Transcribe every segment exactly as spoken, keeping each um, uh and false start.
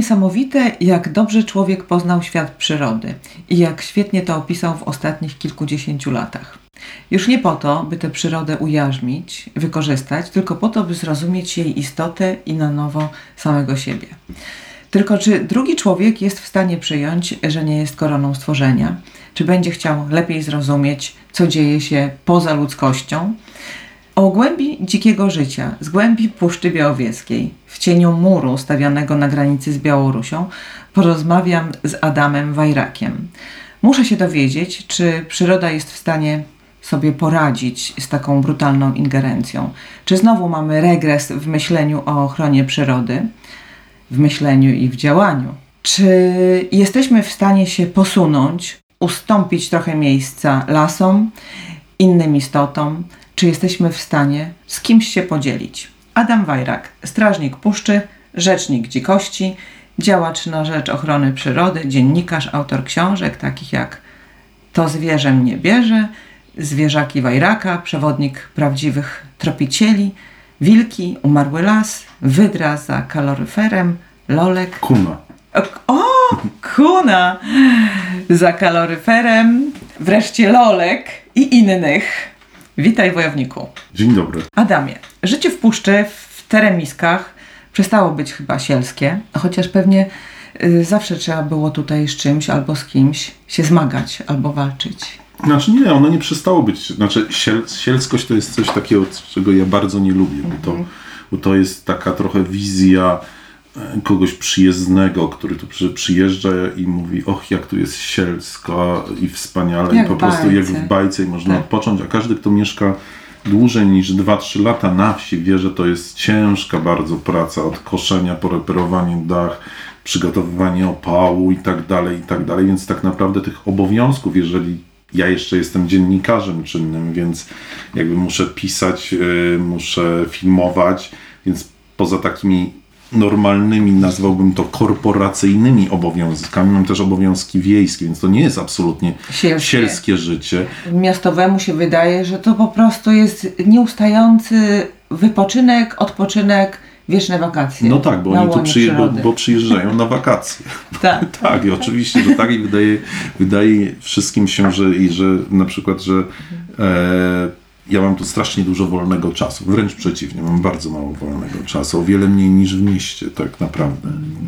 niesamowite, jak dobrze człowiek poznał świat przyrody i jak świetnie to opisał w ostatnich kilkudziesięciu latach. Już nie po to, by tę przyrodę ujarzmić, wykorzystać, tylko po to, by zrozumieć jej istotę i na nowo samego siebie. Tylko czy drugi człowiek jest w stanie przyjąć, że nie jest koroną stworzenia? Czy będzie chciał lepiej zrozumieć, co dzieje się poza ludzkością? O głębi dzikiego życia, z głębi Puszczy Białowieskiej, w cieniu muru stawianego na granicy z Białorusią, porozmawiam z Adamem Wajrakiem. Muszę się dowiedzieć, czy przyroda jest w stanie sobie poradzić z taką brutalną ingerencją. Czy znowu mamy regres w myśleniu o ochronie przyrody, w myśleniu i w działaniu? Czy jesteśmy w stanie się posunąć, ustąpić trochę miejsca lasom, innym istotom? Czy jesteśmy w stanie z kimś się podzielić? Adam Wajrak, strażnik puszczy, rzecznik dzikości, działacz na rzecz ochrony przyrody, dziennikarz, autor książek takich jak To zwierzę mnie bierze, Zwierzaki Wajraka, przewodnik prawdziwych tropicieli, Wilki, Umarły las, Wydra za kaloryferem, Lolek. Kuna. O, Kuna za kaloryferem, wreszcie Lolek i innych. Witaj, wojowniku. Dzień dobry. Adamie, życie w puszczy, w teremiskach przestało być chyba sielskie, chociaż pewnie y, zawsze trzeba było tutaj z czymś albo z kimś się zmagać albo walczyć. Znaczy nie, ono nie przestało być. Znaczy siel, sielskość to jest coś takiego, czego ja bardzo nie lubię, bo to, bo to jest taka trochę wizja kogoś przyjezdnego, który tu przy, przyjeżdża i mówi, och, jak tu jest sielsko i wspaniale, jak i po prostu bajce. jak w bajce i można Tak. odpocząć, a każdy, kto mieszka dłużej niż dwa trzy lata na wsi, wie, że to jest ciężka bardzo praca, od koszenia, poreperowanie dach, przygotowywanie opału i tak dalej, i tak dalej, więc tak naprawdę tych obowiązków, jeżeli ja jeszcze jestem dziennikarzem czynnym, więc jakby muszę pisać, yy, muszę filmować, więc poza takimi normalnymi, nazwałbym to korporacyjnymi obowiązkami, mam też obowiązki wiejskie, więc to nie jest absolutnie Sielskie. sielskie życie. Miastowemu się wydaje, że to po prostu jest nieustający wypoczynek, odpoczynek, wieczne wakacje. No tak, bo na oni tu łonie przyje- bo, przyrody. bo przyjeżdżają na wakacje. Tak. Tak, i oczywiście, że tak i wydaje, wydaje wszystkim się, że, i że na przykład, że e, ja mam tu strasznie dużo wolnego czasu. Wręcz przeciwnie, mam bardzo mało wolnego czasu. O wiele mniej niż w mieście, tak naprawdę.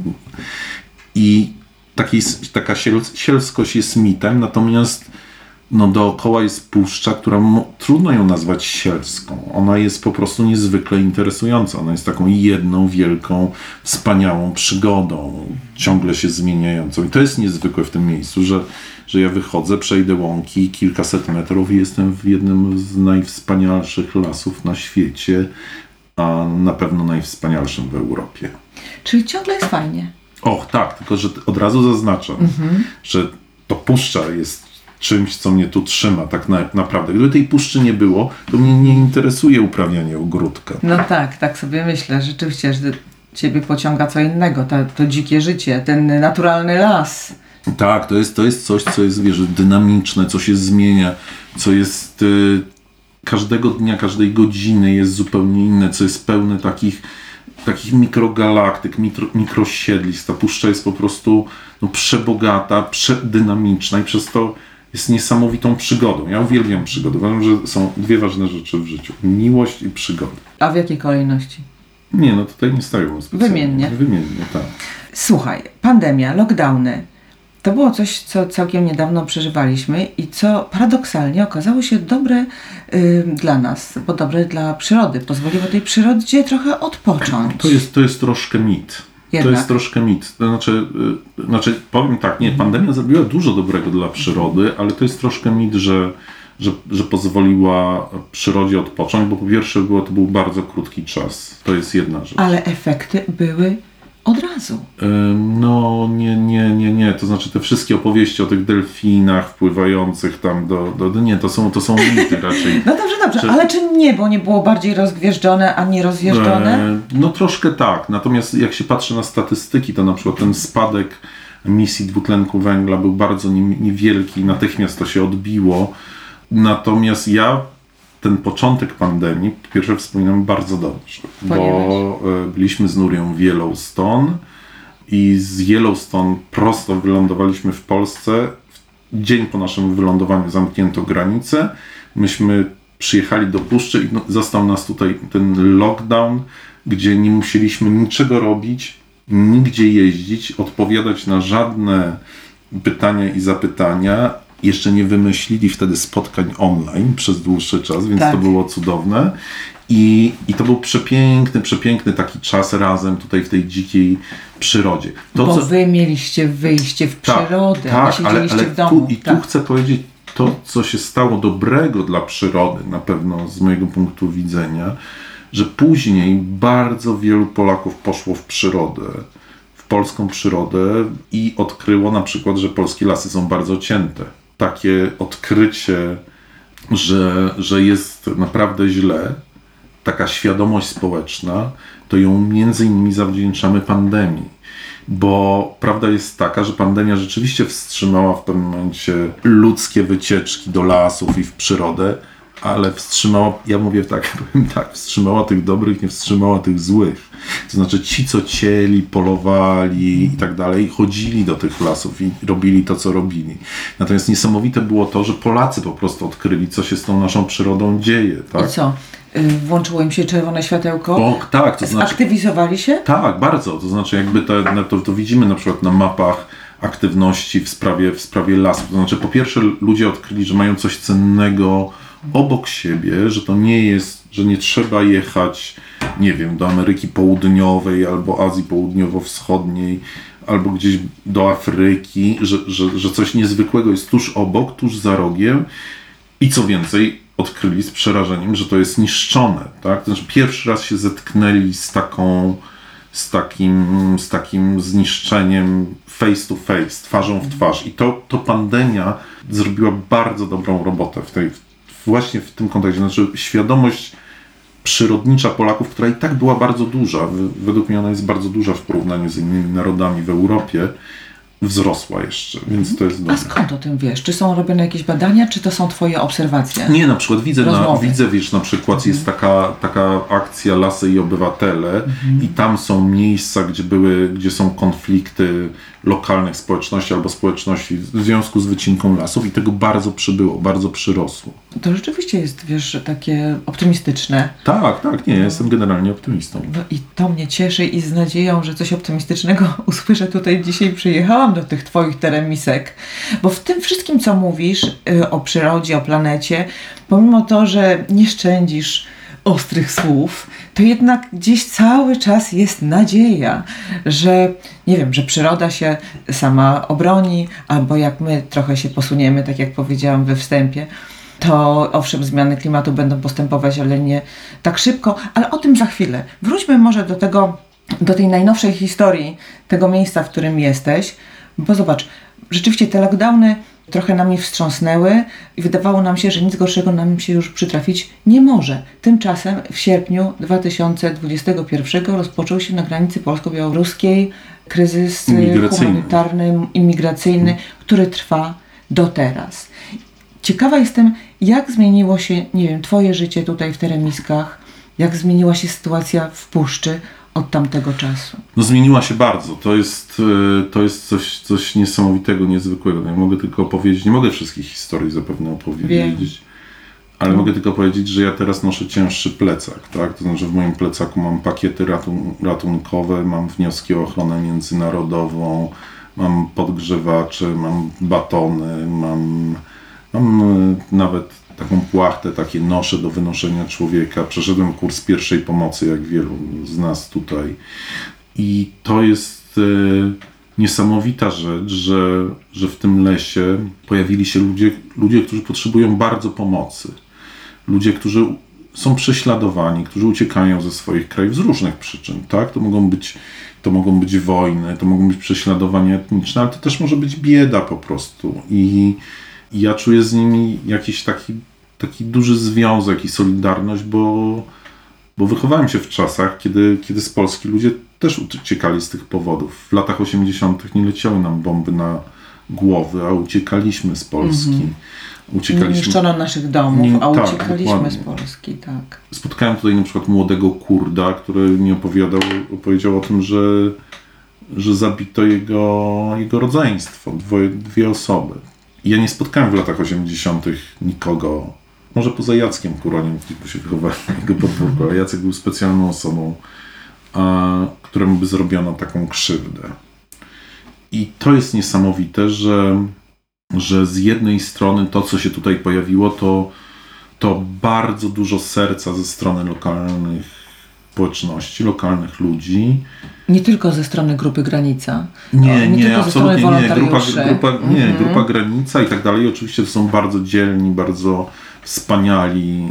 I taki, taka siel, sielskość jest mitem, natomiast no dookoła jest puszcza, która mo- trudno ją nazwać sielską. Ona jest po prostu niezwykle interesująca. Ona jest taką jedną, wielką, wspaniałą przygodą, ciągle się zmieniającą. I to jest niezwykłe w tym miejscu, że, że ja wychodzę, przejdę łąki kilkaset metrów i jestem w jednym z najwspanialszych lasów na świecie, a na pewno najwspanialszym w Europie. Czyli ciągle jest fajnie. Och, tak, tylko że od razu zaznaczam, mhm. że to puszcza jest czymś, co mnie tu trzyma tak na, naprawdę. Gdyby tej puszczy nie było, to mnie nie interesuje uprawianie ogródka. No tak, tak sobie myślę. Rzeczywiście, że ciebie pociąga co innego. To, to dzikie życie, ten naturalny las. Tak, to jest, to jest coś, co jest, wiesz, dynamiczne, co się zmienia, co jest y, każdego dnia, każdej godziny jest zupełnie inne, co jest pełne takich takich mikrogalaktyk, mikro, mikrosiedlisk. Ta puszcza jest po prostu no, przebogata, przedynamiczna i przez to jest niesamowitą przygodą. Ja uwielbiam przygody. Uważam, że są dwie ważne rzeczy w życiu. Miłość i przygoda. A w jakiej kolejności? Nie, no tutaj nie stają specjalnie. Wymiennie. Wymiennie, tak. Słuchaj, pandemia, lockdowny. To było coś, co całkiem niedawno przeżywaliśmy i co paradoksalnie okazało się dobre y, dla nas, bo dobre dla przyrody. Pozwoliło tej przyrodzie trochę odpocząć. To jest, to jest troszkę mit. Jednak. To jest troszkę mit. To znaczy, y, znaczy, powiem tak, nie, pandemia zrobiła dużo dobrego dla przyrody, ale to jest troszkę mit, że, że, że pozwoliła przyrodzie odpocząć, bo po pierwsze było, to był bardzo krótki czas. To jest jedna rzecz. Ale efekty były od razu. No nie, nie, nie, nie. To znaczy te wszystkie opowieści o tych delfinach wpływających tam do... do nie, to są, to są mity raczej. No dobrze, dobrze, Czy... ale czy niebo nie było bardziej rozgwieżdżone, a nie rozjeżdżone? E, no troszkę tak. Natomiast jak się patrzy na statystyki, to na przykład ten spadek emisji dwutlenku węgla był bardzo niewielki. Natychmiast to się odbiło. Natomiast ja ten początek pandemii, po pierwsze wspominam bardzo dobrze, Ponieważ? bo byliśmy z Nurią w Yellowstone i z Yellowstone prosto wylądowaliśmy w Polsce. Dzień po naszym wylądowaniu zamknięto granicę. Myśmy przyjechali do Puszczy i no, zastał nas tutaj ten lockdown, gdzie nie musieliśmy niczego robić, nigdzie jeździć, odpowiadać na żadne pytania i zapytania. Jeszcze nie wymyślili wtedy spotkań online przez dłuższy czas, więc tak. To było cudowne. I, I to był przepiękny, przepiękny taki czas razem tutaj w tej dzikiej przyrodzie. To, Bo co... wy mieliście wyjście w przyrodę, tak, nie ale, ale w domu. Tu, I tak. tu chcę powiedzieć, to co się stało dobrego dla przyrody, na pewno z mojego punktu widzenia, że później bardzo wielu Polaków poszło w przyrodę, w polską przyrodę i odkryło na przykład, że polskie lasy są bardzo cięte. Takie odkrycie, że, że jest naprawdę źle, taka świadomość społeczna, to ją między innymi zawdzięczamy pandemii. Bo prawda jest taka, że pandemia rzeczywiście wstrzymała w pewnym momencie ludzkie wycieczki do lasów i w przyrodę, ale wstrzymała, ja mówię tak, powiem tak, wstrzymała tych dobrych, nie wstrzymała tych złych. To znaczy ci, co cieli, polowali i tak dalej, chodzili do tych lasów i robili to, co robili. Natomiast niesamowite było to, że Polacy po prostu odkryli, co się z tą naszą przyrodą dzieje. Tak? I co? Włączyło im się czerwone światełko? Bo, tak, to znaczy, Zaktywizowali się? Tak, bardzo. To znaczy jakby te, to, to widzimy na przykład na mapach aktywności w sprawie, w sprawie lasów. To znaczy po pierwsze ludzie odkryli, że mają coś cennego obok siebie, że to nie jest, że nie trzeba jechać, nie wiem, do Ameryki Południowej albo Azji Południowo-Wschodniej albo gdzieś do Afryki, że, że, że coś niezwykłego jest tuż obok, tuż za rogiem i co więcej, odkryli z przerażeniem, że to jest niszczone, tak? To znaczy pierwszy raz się zetknęli z taką, z takim, z takim zniszczeniem face to face, twarzą w twarz i to, to pandemia zrobiła bardzo dobrą robotę w tej, właśnie w tym kontekście, znaczy świadomość przyrodnicza Polaków, która i tak była bardzo duża, według mnie ona jest bardzo duża w porównaniu z innymi narodami w Europie, wzrosła jeszcze, więc to jest dobre. A skąd o tym wiesz? Czy są robione jakieś badania, czy to są twoje obserwacje? Nie, na przykład widzę, na, widzę wiesz, na przykład mhm. jest taka, taka akcja Lasy i Obywatele mhm. i tam są miejsca, gdzie były, gdzie są konflikty lokalnych społeczności albo społeczności w związku z wycinką lasów i tego bardzo przybyło, bardzo przyrosło. To rzeczywiście jest, wiesz, takie optymistyczne. Tak, tak, nie, ja jestem generalnie optymistą. No i to mnie cieszy i z nadzieją, że coś optymistycznego usłyszę tutaj dzisiaj przyjechałam do tych twoich teremisek, bo w tym wszystkim, co mówisz y, o przyrodzie, o planecie, pomimo to, że nie szczędzisz ostrych słów, to jednak gdzieś cały czas jest nadzieja, że nie wiem, że przyroda się sama obroni, albo jak my trochę się posuniemy, tak jak powiedziałam we wstępie, to owszem, zmiany klimatu będą postępować, ale nie tak szybko, ale o tym za chwilę. Wróćmy może do tego, do tej najnowszej historii tego miejsca, w którym jesteś, bo zobacz, rzeczywiście te lockdowny trochę nami wstrząsnęły i wydawało nam się, że nic gorszego nam się już przytrafić nie może. Tymczasem w sierpniu dwa tysiące dwudziestego pierwszego rozpoczął się na granicy polsko-białoruskiej kryzys humanitarny, imigracyjny, hmm. który trwa do teraz. Ciekawa jestem, jak zmieniło się, nie wiem, twoje życie tutaj w Teremiskach, jak zmieniła się sytuacja w Puszczy od tamtego czasu. No zmieniła się bardzo. To jest, to jest coś, coś niesamowitego, niezwykłego. Nie mogę tylko opowiedzieć, nie mogę wszystkich historii zapewne opowiedzieć, Wiem. ale no. mogę tylko powiedzieć, że ja teraz noszę cięższy plecak, tak? To znaczy w moim plecaku mam pakiety ratun- ratunkowe, mam wnioski o ochronę międzynarodową, mam podgrzewacze, mam batony, mam, mam nawet taką płachtę, takie nosze do wynoszenia człowieka. Przeszedłem kurs pierwszej pomocy, jak wielu z nas tutaj. I to jest e, niesamowita rzecz, że, że w tym lesie pojawili się ludzie, ludzie, którzy potrzebują bardzo pomocy. Ludzie, którzy są prześladowani, którzy uciekają ze swoich krajów z różnych przyczyn. Tak? To mogą być, to mogą być wojny, to mogą być prześladowania etniczne, ale to też może być bieda po prostu. I I ja czuję z nimi jakiś taki, taki duży związek i solidarność, bo, bo wychowałem się w czasach, kiedy, kiedy z Polski ludzie też uciekali z tych powodów. W latach osiemdziesiątych nie leciały nam bomby na głowy, a uciekaliśmy z Polski. Mm-hmm. Uciekaliśmy... Nie niszczono naszych domów, nie, a tak, uciekaliśmy dokładnie. z Polski, tak. Spotkałem tutaj na przykład młodego Kurda, który mi opowiadał, opowiedział o tym, że że zabito jego, jego rodzeństwo, dwoje, dwie osoby. I ja nie spotkałem w latach osiemdziesiątych nikogo, może poza Jackiem Kuroniem, który się wychował na jego podwórku, ale Jacek był specjalną osobą, a, któremu by zrobiono taką krzywdę. I to jest niesamowite, że, że z jednej strony to, co się tutaj pojawiło, to, to bardzo dużo serca ze strony lokalnych społeczności, lokalnych ludzi. Nie tylko ze strony Grupy Granica. Nie, nie, nie, tylko absolutnie ze strony nie. Grupa, grupa, nie mhm. Grupa Granica i tak dalej. Oczywiście to są bardzo dzielni, bardzo wspaniali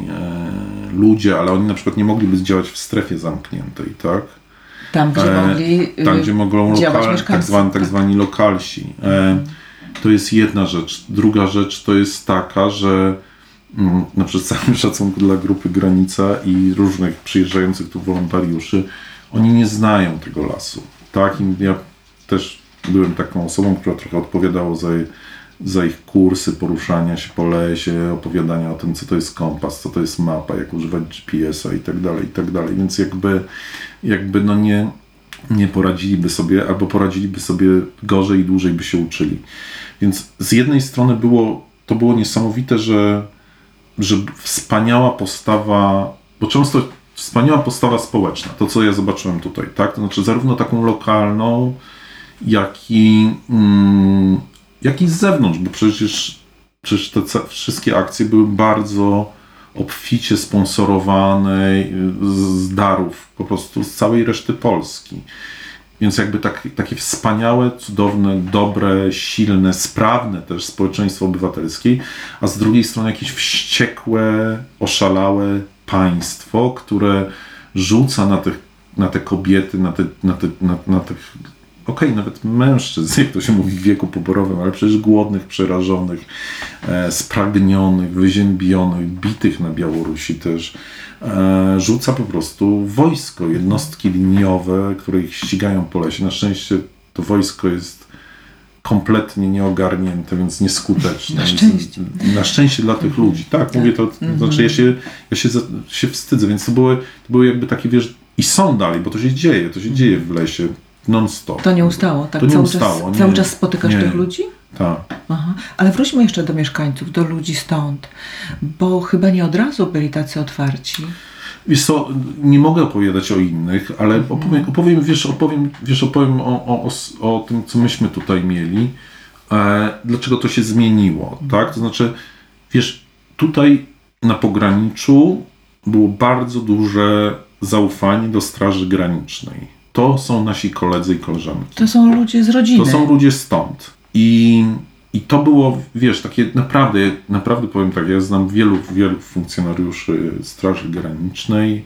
e, ludzie, ale oni na przykład nie mogliby działać w strefie zamkniętej, tak? Tam, gdzie e, mogli Tam, gdzie mogą działać lokal, tak, zwani, tak zwani lokalsi. E, to jest jedna rzecz. Druga rzecz to jest taka, że mm, na przykład całym szacunku dla Grupy Granica i różnych przyjeżdżających tu wolontariuszy, oni nie znają tego lasu. Tak? I ja też byłem taką osobą, która trochę odpowiadała za, za ich kursy poruszania się po lesie, opowiadania o tym, co to jest kompas, co to jest mapa, jak używać G P S a i tak dalej, i tak dalej. Więc jakby, jakby no nie, nie poradziliby sobie, albo poradziliby sobie gorzej i dłużej by się uczyli. Więc z jednej strony było, to było niesamowite, że, że wspaniała postawa, bo często wspaniała postawa społeczna, to co ja zobaczyłem tutaj, tak? To znaczy zarówno taką lokalną, jak i, mm, jak i z zewnątrz, bo przecież, przecież te wszystkie akcje były bardzo obficie sponsorowane z darów po prostu z całej reszty Polski. Więc jakby tak, takie wspaniałe, cudowne, dobre, silne, sprawne też społeczeństwo obywatelskie, a z drugiej strony jakieś wściekłe, oszalałe państwo, które rzuca na, tych, na te kobiety, na, te, na, te, na, na tych, okej, okay, nawet mężczyzn, jak to się mówi w wieku poborowym, ale przecież głodnych, przerażonych, e, spragnionych, wyziębionych, bitych na Białorusi też, e, rzuca po prostu wojsko, jednostki liniowe, które ich ścigają po lesie. Na szczęście to wojsko jest kompletnie nieogarnięte, więc nieskuteczne. Na szczęście. Na szczęście dla tych ludzi. Tak, tak. Mówię to, to znaczy ja się, ja się, się wstydzę, więc to były, to były jakby takie, wiesz, i są dalej, bo to się dzieje, to się dzieje w lesie non-stop. To nie ustało, tak? To nie cały, ustało, czas, nie, cały czas spotykasz nie. tych ludzi? Tak. Aha. Ale wróćmy jeszcze do mieszkańców, do ludzi stąd, bo chyba nie od razu byli tacy otwarci. Wiesz co, nie mogę opowiadać o innych, ale mm. opowiem, opowiem, wiesz, opowiem, wiesz, opowiem o, o, o, o tym, co myśmy tutaj mieli, e, dlaczego to się zmieniło, mm. tak? To znaczy, wiesz, tutaj na pograniczu było bardzo duże zaufanie do Straży Granicznej. To są nasi koledzy i koleżanki. To są ludzie z rodziny. To są ludzie stąd. I, i to było, wiesz, takie naprawdę, naprawdę powiem tak, ja znam wielu, wielu funkcjonariuszy Straży Granicznej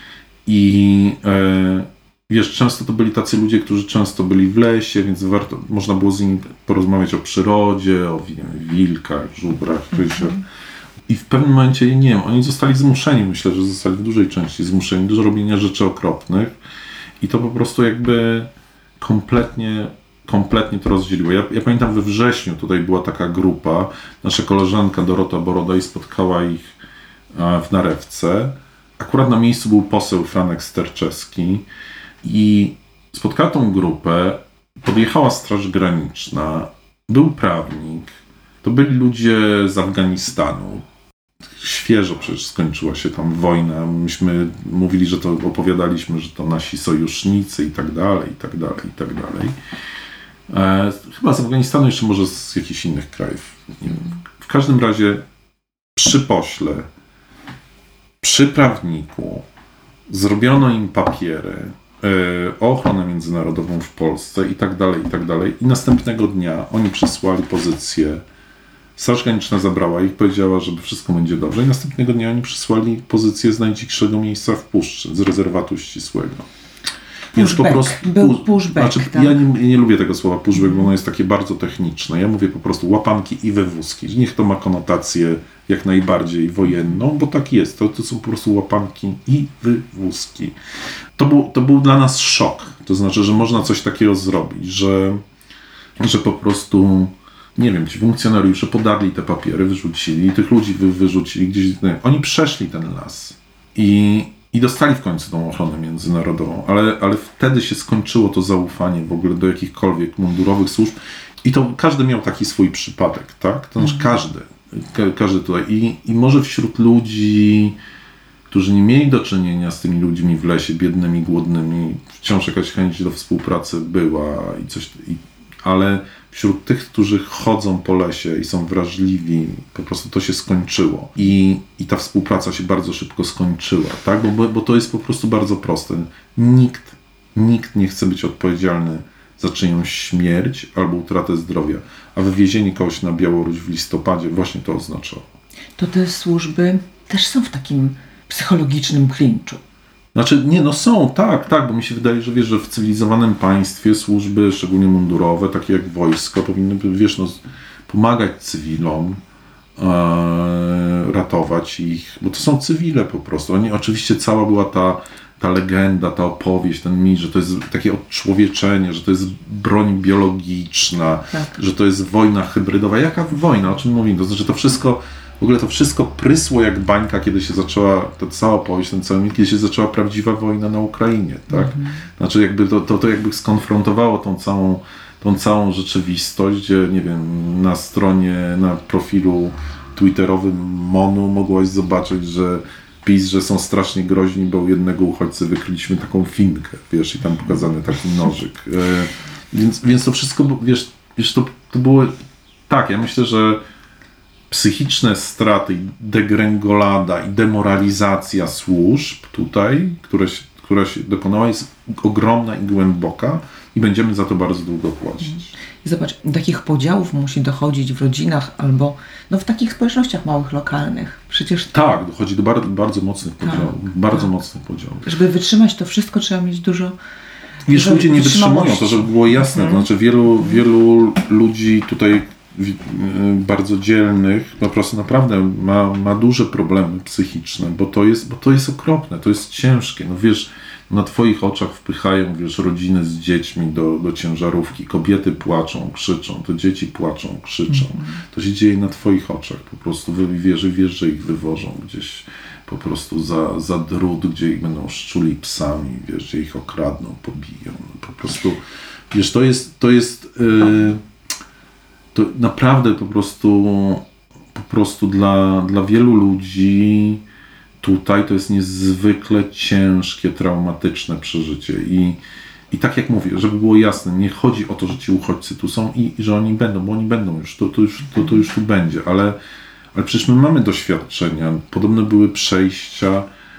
i e, wiesz, często to byli tacy ludzie, którzy często byli w lesie, więc warto, można było z nimi porozmawiać o przyrodzie, o nie wiem, wilkach, żubrach, rysiach. Mm-hmm. I w pewnym momencie, nie wiem, oni zostali zmuszeni, myślę, że zostali w dużej części zmuszeni do robienia rzeczy okropnych i to po prostu jakby kompletnie, kompletnie to rozdzieliło. Ja, ja pamiętam we wrześniu tutaj była taka grupa, nasza koleżanka Dorota Borodaj spotkała ich w Narewce. Akurat na miejscu był poseł Franek Sterczewski i spotkała tą grupę, podjechała Straż Graniczna, był prawnik, to byli ludzie z Afganistanu. Świeżo przecież skończyła się tam wojna. Myśmy mówili, że to opowiadaliśmy, że to nasi sojusznicy i tak dalej, i tak dalej, i tak dalej. E, chyba z Afganistanu, jeszcze może z jakichś innych krajów. Nie wiem. W każdym razie przy pośle, przy prawniku zrobiono im papiery e, o ochronę międzynarodową w Polsce i tak dalej, i tak dalej. I następnego dnia oni przesłali pozycję. Straż Graniczna zabrała ich, powiedziała, że wszystko będzie dobrze i następnego dnia oni przysłali pozycję z najdzikszego miejsca w puszczy, z rezerwatu ścisłego. Więc po prostu był pushback, znaczy, tak? Ja nie, nie lubię tego słowa pushback, bo ono jest takie bardzo techniczne. Ja mówię po prostu łapanki i wywózki. Niech to ma konotację jak najbardziej wojenną, bo tak jest. To, to są po prostu łapanki i wywózki. To był, to był dla nas szok. To znaczy, że można coś takiego zrobić, że, że po prostu nie wiem, ci funkcjonariusze podarli te papiery, wyrzucili, tych ludzi wy, wyrzucili gdzieś. Oni przeszli ten las. I, I dostali w końcu tą ochronę międzynarodową, ale, ale wtedy się skończyło to zaufanie w ogóle do jakichkolwiek mundurowych służb i to każdy miał taki swój przypadek, tak? To znaczy każdy, ka, każdy tutaj. I, I może wśród ludzi, którzy nie mieli do czynienia z tymi ludźmi w lesie, biednymi, głodnymi, wciąż jakaś chęć do współpracy była i coś, i, ale wśród tych, którzy chodzą po lesie i są wrażliwi, po prostu to się skończyło. I, i ta współpraca się bardzo szybko skończyła, tak? Bo, bo to jest po prostu bardzo proste. Nikt, nikt nie chce być odpowiedzialny za czyjąś śmierć albo utratę zdrowia, a wywiezienie kogoś na Białoruś w listopadzie właśnie to oznaczało. To te służby też są w takim psychologicznym klinczu. Znaczy, nie, no są, tak, tak, bo mi się wydaje, że wiesz, że w cywilizowanym państwie służby, szczególnie mundurowe, takie jak wojsko, powinny, wiesz, no, pomagać cywilom, e, ratować ich, bo to są cywile po prostu. Oni, oczywiście cała była ta, ta legenda, ta opowieść, ten mit, że to jest takie odczłowieczenie, że to jest broń biologiczna, tak. Że to jest wojna hybrydowa. Jaka wojna? O czym mówimy? To znaczy, to wszystko W ogóle to wszystko prysło jak bańka, kiedy się zaczęła, ta cała opowieść, ten cały mit, kiedy się zaczęła prawdziwa wojna na Ukrainie, tak? Mm-hmm. Znaczy jakby to, to, to jakby skonfrontowało tą całą, tą całą rzeczywistość, gdzie, nie wiem, na stronie, na profilu twitterowym MONU mogłaś zobaczyć, że PiS, że są strasznie groźni, bo u jednego uchodźcy wykryliśmy taką finkę, wiesz, i tam pokazany taki nożyk. E, więc, więc to wszystko, wiesz, wiesz to, to było tak, ja myślę, że psychiczne straty, degrengolada i demoralizacja służb tutaj, które się, która się dokonała, jest ogromna i głęboka i będziemy za to bardzo długo płacić. I zobacz, takich podziałów musi dochodzić w rodzinach albo no, w takich społecznościach małych, lokalnych. Przecież tak, dochodzi do bardzo, bardzo mocnych podziałów. Tak, bardzo tak. mocnych podziałów. Żeby wytrzymać to wszystko, trzeba mieć dużo. Wiesz, ludzie nie wytrzymują, to żeby było jasne. Mhm. To znaczy wielu, wielu ludzi tutaj bardzo dzielnych, po prostu naprawdę ma, ma duże problemy psychiczne, bo to jest, bo to jest okropne, to jest ciężkie. No wiesz, na twoich oczach wpychają, wiesz, rodziny z dziećmi do, do ciężarówki, kobiety płaczą, krzyczą, to dzieci płaczą, krzyczą. Mm. To się dzieje na twoich oczach, po prostu wiesz, wiesz, że ich wywożą gdzieś po prostu za, za drut, gdzie ich będą szczuli psami, wiesz, gdzie ich okradną, pobiją. No, po prostu, wiesz, to jest, to jest yy, to naprawdę po prostu, po prostu dla, dla wielu ludzi tutaj to jest niezwykle ciężkie, traumatyczne przeżycie. I, i tak jak mówię, żeby było jasne, nie chodzi o to, że ci uchodźcy tu są i, i że oni będą, bo oni będą już, to, to, już, to, to już tu będzie, ale, ale przecież my mamy doświadczenia. Podobne były przejścia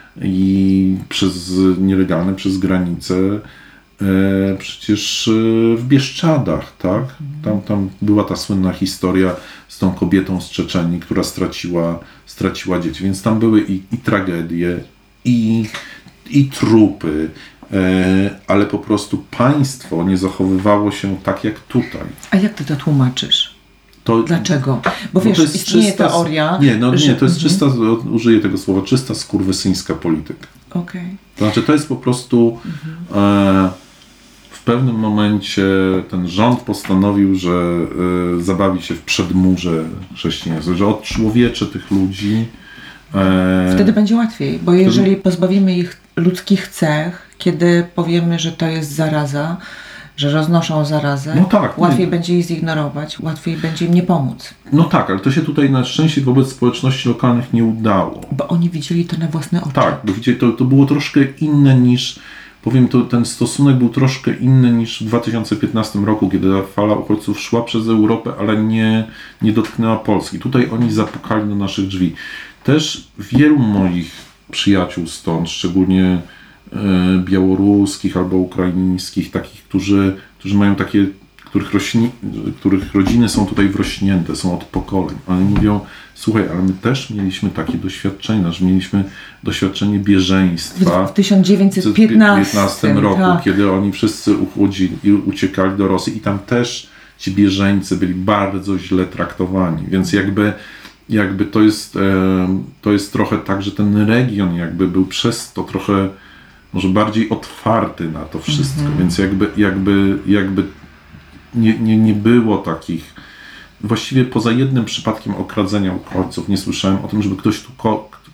i przez nielegalne, przez granicę, E, przecież e, w Bieszczadach, tak? Tam, tam była ta słynna historia z tą kobietą z Czeczenii, która straciła, straciła dzieci, więc tam były i, i tragedie, i, i trupy, e, ale po prostu państwo nie zachowywało się tak jak tutaj. A jak ty to tłumaczysz? To, Dlaczego? Bo, bo wiesz, to jest istnieje czysta, teoria... Nie, no, że... nie, to jest czysta, użyję tego słowa, czysta skurwysyńska polityka. Okay. To znaczy, to jest po prostu... Mhm. E, W pewnym momencie ten rząd postanowił, że y, zabawi się w przedmurze chrześcijaństwa, że odczłowieczy tych ludzi. E... Wtedy będzie łatwiej, bo jeżeli Wtedy... pozbawimy ich ludzkich cech, kiedy powiemy, że to jest zaraza, że roznoszą zarazę, no tak, łatwiej nie. będzie ich zignorować, łatwiej będzie im nie pomóc. No tak, ale to się tutaj na szczęście wobec społeczności lokalnych nie udało. Bo oni widzieli to na własne oczy. Tak, bo widzieli, to, to było troszkę inne niż... Powiem, to ten stosunek był troszkę inny niż w dwa tysiące piętnastym roku, kiedy ta fala uchodźców szła przez Europę, ale nie, nie dotknęła Polski. Tutaj oni zapukali do naszych drzwi. Też wielu moich przyjaciół stąd, szczególnie e, białoruskich albo ukraińskich, takich, którzy, którzy mają takie, których, rośni, których rodziny są tutaj wrośnięte, są od pokoleń. Oni mówią, słuchaj, ale my też mieliśmy takie doświadczenia, że mieliśmy doświadczenie bieżeństwa w tysiąc dziewięćset piętnastym roku, tak. kiedy oni wszyscy uchodzili i uciekali do Rosji i tam też ci bieżeńcy byli bardzo źle traktowani, więc jakby, jakby to jest to jest trochę tak, że ten region jakby był przez to trochę może bardziej otwarty na to wszystko, mm-hmm. więc jakby, jakby, jakby nie, nie, nie było takich. Właściwie poza jednym przypadkiem okradzenia uchodźców nie słyszałem o tym, żeby ktoś tu ko-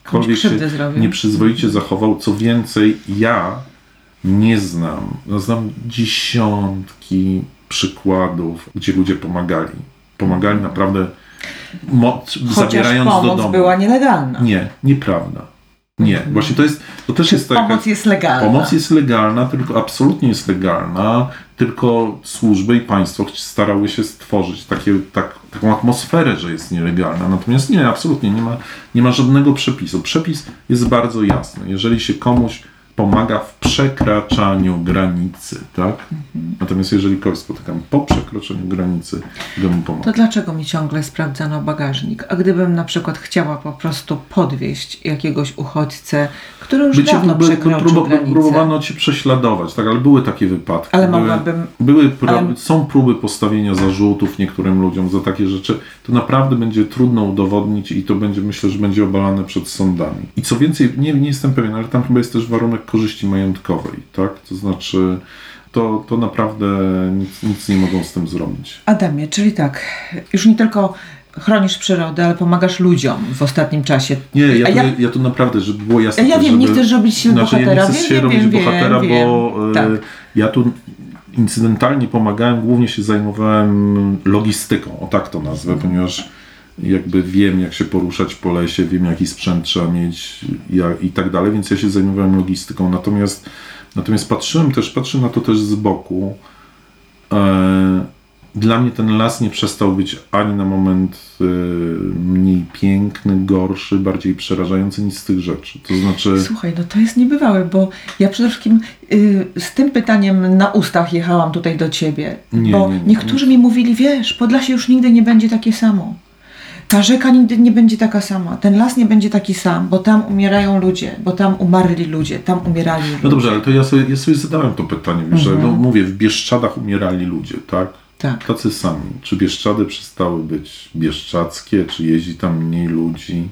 ktokolwiek się nieprzyzwoicie zachował. Co więcej, ja nie znam, no znam dziesiątki przykładów, gdzie ludzie pomagali. Pomagali naprawdę, mo- zabierając do domu. Chociaż pomoc była nielegalna. Nie, nieprawda. Nie, mhm. właśnie to jest, to też Czy jest taka... Pomoc jest legalna. Pomoc jest legalna, tylko absolutnie jest legalna, tylko służby i państwo starały się stworzyć takie, tak, taką atmosferę, że jest nielegalna. Natomiast nie, absolutnie nie ma, nie ma żadnego przepisu. Przepis jest bardzo jasny. Jeżeli się komuś pomaga w przekraczaniu granicy, tak? Mhm. Natomiast jeżeli kogoś spotykam po przekroczeniu granicy, to mu pomogę. To dlaczego mi ciągle sprawdzano bagażnik? A gdybym na przykład chciała po prostu podwieźć jakiegoś uchodźcę, który już Bycie, dawno by, przekroczył próba, granicę. Próbowano cię prześladować, tak? Ale były takie wypadki. Ale były, mogłabym... Były pra- ale... Są próby postawienia zarzutów niektórym ludziom za takie rzeczy. To naprawdę będzie trudno udowodnić i to będzie, myślę, że będzie obalane przed sądami. I co więcej, nie, nie jestem pewien, ale tam chyba jest też warunek korzyści majątkowej, tak? To znaczy, to, to naprawdę nic, nic nie mogą z tym zrobić. Adamie, czyli tak, już nie tylko chronisz przyrodę, ale pomagasz ludziom w ostatnim czasie. Nie, ja, tu, ja, ja tu naprawdę, żeby było jasne... Ja wiem, żeby, nie chcesz robić się znaczy, bohatera. Ja nie chcę się wiem, robić wiem, bohatera, wiem, bo wiem. Y, tak. ja tu incydentalnie pomagałem, głównie się zajmowałem logistyką, o tak to nazwę, hmm. ponieważ jakby wiem, jak się poruszać po lesie, wiem, jaki sprzęt trzeba mieć jak, i tak dalej, więc ja się zajmowałem logistyką. Natomiast, natomiast patrzyłem też, patrzę na to też z boku. E, dla mnie ten las nie przestał być ani na moment e, mniej piękny, gorszy, bardziej przerażający nic z tych rzeczy. To znaczy... Słuchaj, no to jest niebywałe, bo ja przede wszystkim y, z tym pytaniem na ustach jechałam tutaj do ciebie, nie, bo nie, nie, niektórzy nie. mi mówili, wiesz, Podlasie już nigdy nie będzie takie samo. Ta rzeka nigdy nie będzie taka sama, ten las nie będzie taki sam, bo tam umierają ludzie, bo tam umarli ludzie, tam umierali ludzie. No dobrze, ale to ja sobie, ja sobie zadałem to pytanie, mhm. że no, mówię, w Bieszczadach umierali ludzie, tak? Tak. Tacy sami. Czy Bieszczady przestały być bieszczadzkie, czy jeździ tam mniej ludzi?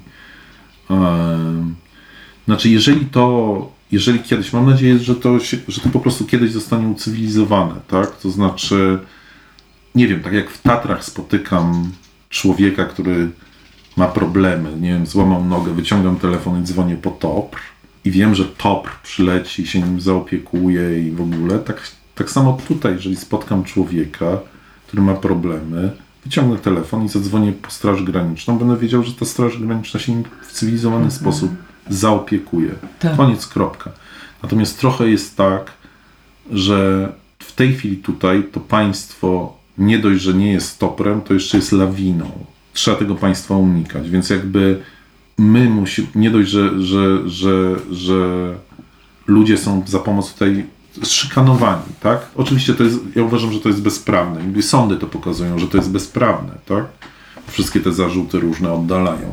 Um, znaczy, jeżeli to, jeżeli kiedyś, mam nadzieję, że to, się, że to po prostu kiedyś zostanie ucywilizowane, tak? To znaczy, nie wiem, tak jak w Tatrach spotykam człowieka, który ma problemy, nie wiem, złamał nogę, wyciągam telefon i dzwonię po TOPR i wiem, że TOPR przyleci, się nim zaopiekuje i w ogóle. Tak, tak samo tutaj, jeżeli spotkam człowieka, który ma problemy, wyciągnę telefon i zadzwonię po Straż Graniczną, będę wiedział, że ta Straż Graniczna się nim w cywilizowany mhm. sposób zaopiekuje. Tak. Koniec, kropka. Natomiast trochę jest tak, że w tej chwili tutaj to państwo nie dość, że nie jest toprem, to jeszcze jest lawiną. Trzeba tego państwa unikać, więc jakby my musimy, nie dość, że, że, że, że ludzie są za pomocą tej szykanowani, tak? Oczywiście to jest, ja uważam, że to jest bezprawne. I sądy to pokazują, że to jest bezprawne, tak? Wszystkie te zarzuty różne oddalają.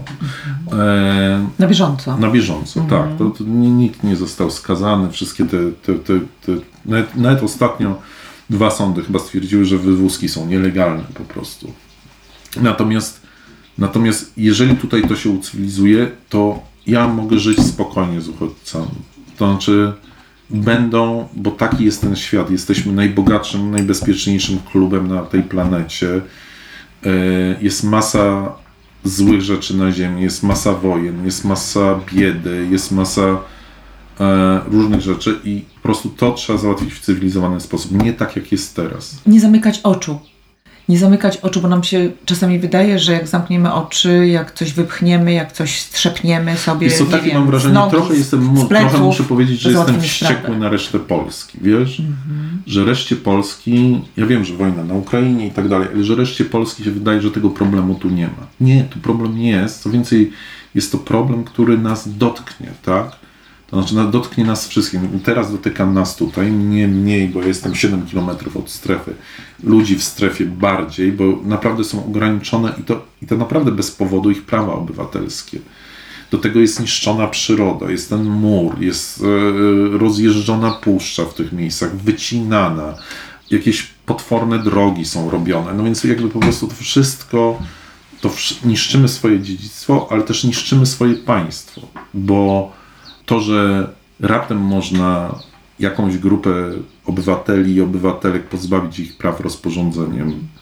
E, na bieżąco. Na bieżąco, mhm. tak. To, to nikt nie został skazany. Wszystkie te, te, te, te nawet, nawet ostatnio dwa sądy chyba stwierdziły, że wywózki są nielegalne po prostu. Natomiast, natomiast jeżeli tutaj to się ucywilizuje, to ja mogę żyć spokojnie z uchodźcami. To znaczy będą, bo taki jest ten świat, jesteśmy najbogatszym, najbezpieczniejszym klubem na tej planecie. Jest masa złych rzeczy na ziemi, jest masa wojen, jest masa biedy, jest masa różnych rzeczy i po prostu to trzeba załatwić w cywilizowany sposób, nie tak jak jest teraz. Nie zamykać oczu. Nie zamykać oczu, bo nam się czasami wydaje, że jak zamkniemy oczy, jak coś wypchniemy, jak coś strzepniemy sobie, jest to takie, mam wrażenie, nogi, trochę jestem, pleców, trochę muszę powiedzieć, że jestem wściekły sprawę. na resztę Polski, wiesz? Mm-hmm. Że reszcie Polski, ja wiem, że wojna na Ukrainie i tak dalej, ale że reszcie Polski się wydaje, że tego problemu tu nie ma. Nie, tu problem nie jest, co więcej, jest to problem, który nas dotknie, tak? To znaczy dotknie nas wszystkich. Teraz dotyka nas tutaj, mnie mniej, bo jestem siedem kilometrów od strefy. Ludzi w strefie bardziej, bo naprawdę są ograniczone i to, i to naprawdę bez powodu ich prawa obywatelskie. Do tego jest niszczona przyroda, jest ten mur, jest e, rozjeżdżona puszcza w tych miejscach, wycinana. Jakieś potworne drogi są robione. No więc jakby po prostu to wszystko, to wsz- niszczymy swoje dziedzictwo, ale też niszczymy swoje państwo, bo to, że raptem można jakąś grupę obywateli i obywatelek pozbawić ich praw rozporządzeniem,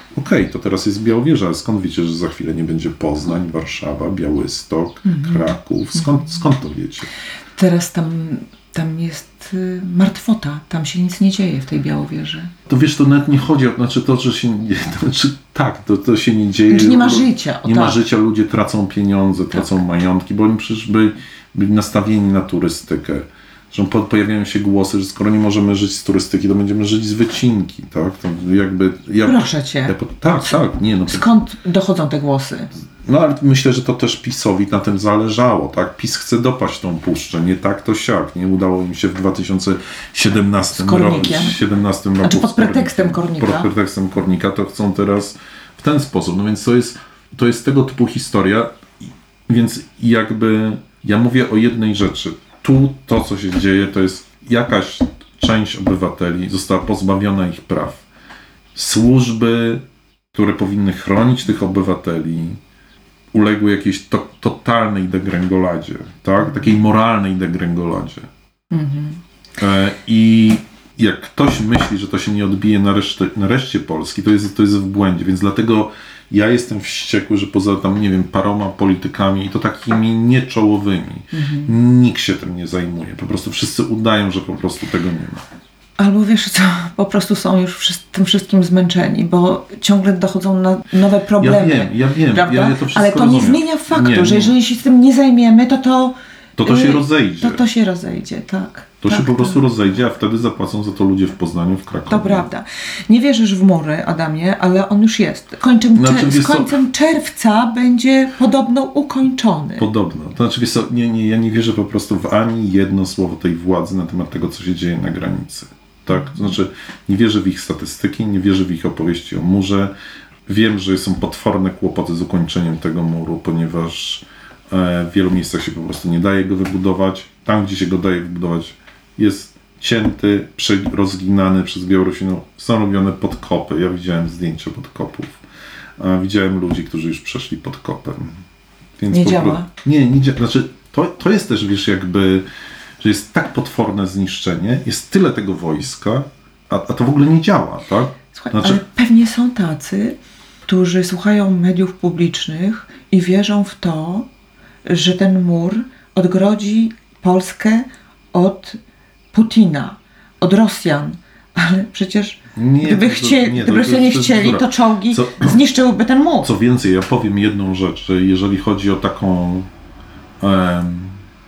okej, okay, to teraz jest Białowieża, ale skąd wiecie, że za chwilę nie będzie Poznań, Warszawa, Białystok, mm-hmm. Kraków? Skąd, skąd to wiecie? Teraz tam, tam jest y, martwota, tam się nic nie dzieje w tej Białowieży. To wiesz, to nawet nie chodzi o, znaczy to, że się nie, to znaczy, tak, to, to się nie dzieje. Znaczy nie ma życia. O nie tak. ma życia, ludzie tracą pieniądze, tracą tak. majątki, bo oni przecież byli, byli nastawieni na turystykę. Że po, pojawiają się głosy, że skoro nie możemy żyć z turystyki, to będziemy żyć z wycinki, tak? To jakby, jak, Proszę cię. Jak, tak, tak. Nie, no, skąd dochodzą te głosy? No ale myślę, że to też PiS-owi na tym zależało, tak? PiS chce dopaść tą puszczę, nie tak to siak. Nie udało im się w dwa tysiące siedemnastym roku. siedemnastym roku znaczy pod pretekstem Kornika. Pod pretekstem Kornika to chcą teraz w ten sposób. No więc to jest, to jest tego typu historia, więc jakby ja mówię o jednej rzeczy. Tu to, co się dzieje, to jest jakaś część obywateli została pozbawiona ich praw. Służby, które powinny chronić tych obywateli, uległy jakiejś to, totalnej degrengoladzie, tak? Takiej moralnej degrengoladzie. Mhm. E, I jak ktoś myśli, że to się nie odbije na, resztę, na reszcie Polski, to jest, to jest w błędzie, więc dlatego ja jestem wściekły, że poza tam, nie wiem, paroma politykami i to takimi nieczołowymi, mhm. nikt się tym nie zajmuje. Po prostu wszyscy udają, że po prostu tego nie ma. Albo wiesz co, po prostu są już tym wszystkim zmęczeni, bo ciągle dochodzą na nowe problemy. Ja wiem, ja wiem. Ja, ja to ale to rozumiem. nie zmienia faktu, nie, że nie. jeżeli się z tym nie zajmiemy, to to... To to się rozejdzie. To to się rozejdzie, tak. To tak, się po prostu tak. rozejdzie, a wtedy zapłacą za to ludzie w Poznaniu, w Krakowie. To prawda. Nie wierzysz w mury, Adamie, ale on już jest. Kończem, znaczy, z końcem co? czerwca będzie podobno ukończony. Podobno. To znaczy, wiesz co, nie, nie, ja nie wierzę po prostu w ani jedno słowo tej władzy na temat tego, co się dzieje na granicy. Tak? To znaczy, nie wierzę w ich statystyki, nie wierzę w ich opowieści o murze. Wiem, że są potworne kłopoty z ukończeniem tego muru, ponieważ w wielu miejscach się po prostu nie daje go wybudować. Tam, gdzie się go daje wybudować, jest cięty, rozginany przez Białorusinów. Są robione podkopy. Ja widziałem zdjęcia podkopów. Widziałem ludzi, którzy już przeszli podkopem. Więc nie po działa? Pro... Nie, nie działa. Znaczy, to, to jest też, wiesz, jakby, że jest tak potworne zniszczenie, jest tyle tego wojska, a, a to w ogóle nie działa, tak? Słuchaj, znaczy... ale pewnie są tacy, którzy słuchają mediów publicznych i wierzą w to, że ten mur odgrodzi Polskę od Putina, od Rosjan. Ale przecież nie, gdyby, chcie, nie, gdyby Rosjanie nie chcieli, to czołgi co, zniszczyłyby ten mur. Co więcej, ja powiem jedną rzecz, że jeżeli chodzi o taką em,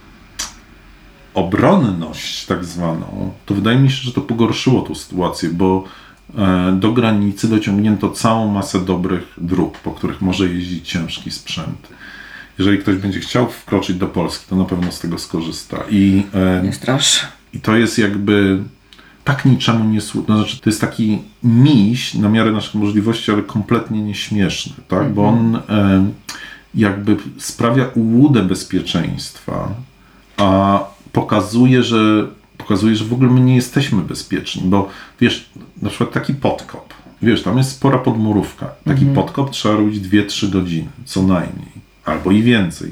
obronność tak zwaną, to wydaje mi się, że to pogorszyło tą sytuację, bo e, do granicy dociągnięto całą masę dobrych dróg, po których może jeździć ciężki sprzęt. Jeżeli ktoś będzie chciał wkroczyć do Polski, to na pewno z tego skorzysta. I, e, nie strasz. I to jest jakby tak niczemu nie służy. Znaczy, to jest taki miś na miarę naszych możliwości, ale kompletnie nieśmieszny, tak? Mm-hmm. Bo on e, jakby sprawia ułudę bezpieczeństwa, a pokazuje, że pokazuje, że w ogóle my nie jesteśmy bezpieczni, bo wiesz, na przykład taki podkop, wiesz, tam jest spora podmurówka. Taki mm-hmm. podkop trzeba robić dwie trzy godziny, co najmniej. Albo i więcej.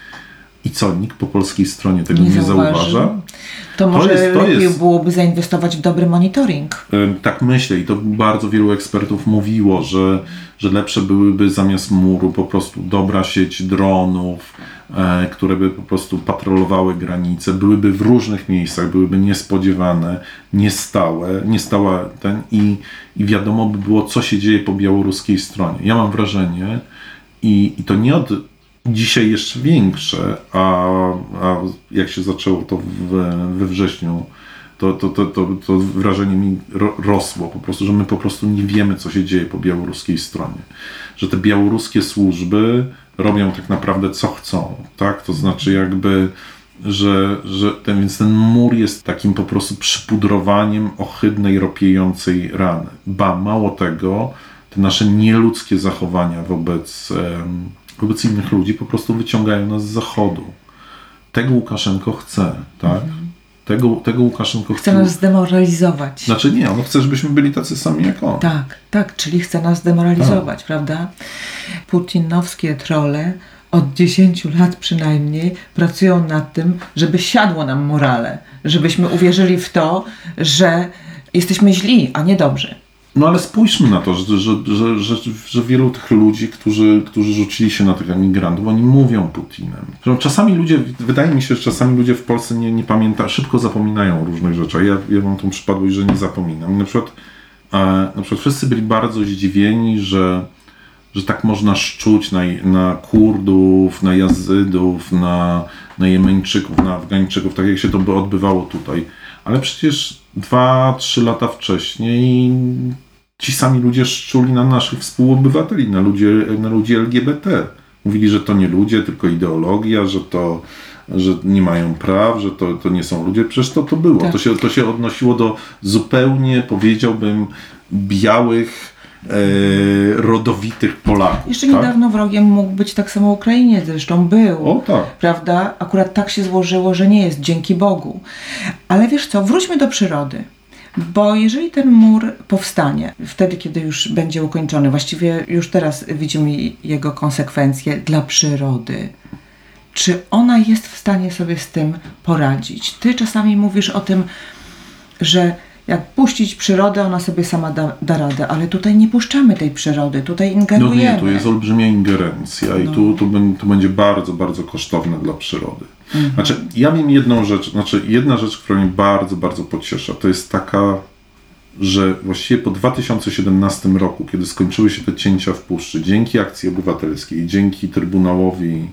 I co, nikt po polskiej stronie tego nie, nie zauważa? To może to jest, to lepiej jest... byłoby zainwestować w dobry monitoring. Tak myślę i to bardzo wielu ekspertów mówiło, że, że lepsze byłyby zamiast muru po prostu dobra sieć dronów, e, które by po prostu patrolowały granice, byłyby w różnych miejscach, byłyby niespodziewane, niestałe, niestałe ten i, i wiadomo by było, co się dzieje po białoruskiej stronie. Ja mam wrażenie, i, i to nie od dzisiaj jeszcze większe, a, a jak się zaczęło to w, we wrześniu, to, to, to, to, to wrażenie mi ro, rosło po prostu, że my po prostu nie wiemy, co się dzieje po białoruskiej stronie. Że te białoruskie służby robią tak naprawdę co chcą, tak? To znaczy jakby, że, że ten, więc ten mur jest takim po prostu przypudrowaniem ohydnej, ropiejącej rany. Ba, mało tego, te nasze nieludzkie zachowania wobec, wobec innych ludzi po prostu wyciągają nas z zachodu. Tego Łukaszenko chce, tak? Mhm. Tego, tego Łukaszenko chce. Chce nas zdemoralizować. Znaczy nie, on chce, żebyśmy byli tacy sami jak on. Tak, tak, czyli chce nas zdemoralizować, tak. Prawda? Putinowskie trolle od dziesięciu lat przynajmniej pracują nad tym, żeby siadło nam morale, żebyśmy uwierzyli w to, że jesteśmy źli, a nie dobrzy. No ale spójrzmy na to, że, że, że, że, że wielu tych ludzi, którzy, którzy rzucili się na tych emigrantów, oni mówią Putinem. Czasami ludzie, wydaje mi się, że czasami ludzie w Polsce nie, nie pamiętają, szybko zapominają o różnych rzeczach. Ja, ja mam tą przypadłość, że nie zapominam. I na przykład, e, na przykład wszyscy byli bardzo zdziwieni, że, że tak można szczuć na, na Kurdów, na Jazydów, na, na Jemeńczyków, na Afgańczyków, tak jak się to by odbywało tutaj. Ale przecież dwa, trzy lata wcześniej ci sami ludzie szczuli na naszych współobywateli, na ludzi, na ludzi L G B T. Mówili, że to nie ludzie, tylko ideologia, że to, że nie mają praw, że to, to nie są ludzie. Przecież to, to było. Tak. To, się, to się odnosiło do zupełnie, powiedziałbym, białych, e, rodowitych Polaków. Jeszcze tak? niedawno wrogiem mógł być tak samo Ukrainie, zresztą był. O tak. Prawda? Akurat tak się złożyło, że nie jest, dzięki Bogu. Ale wiesz co, wróćmy do przyrody. Bo jeżeli ten mur powstanie, wtedy, kiedy już będzie ukończony, właściwie już teraz widzimy jego konsekwencje dla przyrody, czy ona jest w stanie sobie z tym poradzić? Ty czasami mówisz o tym, że jak puścić przyrodę, ona sobie sama da, da radę, ale tutaj nie puszczamy tej przyrody, tutaj ingerujemy. No nie, tu jest olbrzymia ingerencja no. i tu, tu, to będzie bardzo, bardzo kosztowne dla przyrody. Mhm. Znaczy, ja wiem jedną rzecz, znaczy jedna rzecz, która mnie bardzo, bardzo pociesza, to jest taka, że właściwie po dwa tysiące siedemnastym roku, kiedy skończyły się te cięcia w puszczy, dzięki akcji obywatelskiej, dzięki Trybunałowi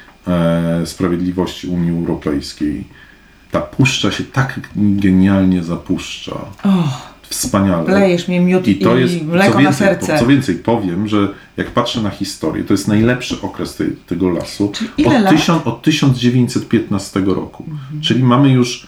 e, Sprawiedliwości Unii Europejskiej, ta puszcza się tak genialnie zapuszcza. Oh, Wspaniale. Lejesz mi miód i, to jest, i mleko więcej, na serce. Co więcej, powiem, że jak patrzę na historię, to jest najlepszy okres tej, tego lasu. Ile od, lat? tysiąc, od tysiąc dziewięćset piętnastego roku. Mhm. Czyli mamy już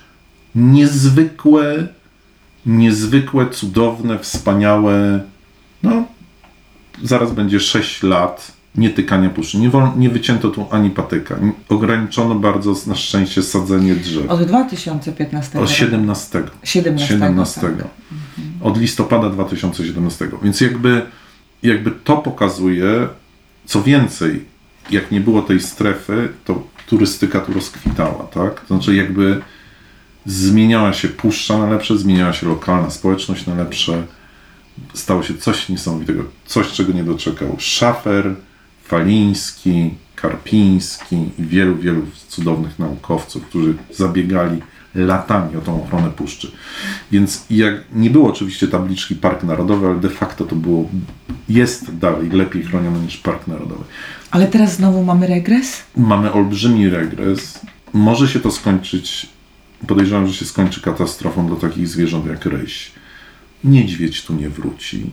niezwykłe, niezwykłe, cudowne, wspaniałe, no zaraz będzie sześć lat nietykania puszczy. Nie, wol, nie wycięto tu ani patyka. Ograniczono bardzo na szczęście sadzenie drzew. Od dwa tysiące piętnastego. Od siedemnastego. siedemnastego. siedemnastego. Tak. Od listopada dwa tysiące siedemnastego. Więc jakby, jakby to pokazuje, co więcej, jak nie było tej strefy, to turystyka tu rozkwitała, tak? To znaczy jakby zmieniała się puszcza na lepsze, zmieniała się lokalna społeczność na lepsze. Stało się coś niesamowitego, coś, czego nie doczekał Schafer, Faliński, Karpiński i wielu, wielu cudownych naukowców, którzy zabiegali latami o tą ochronę puszczy. Więc jak nie było oczywiście tabliczki Park Narodowy, ale de facto to było, jest dalej lepiej chronione niż Park Narodowy. Ale teraz znowu mamy regres? Mamy olbrzymi regres. Może się to skończyć, podejrzewam, że się skończy katastrofą dla takich zwierząt jak ryś. Niedźwiedź tu nie wróci.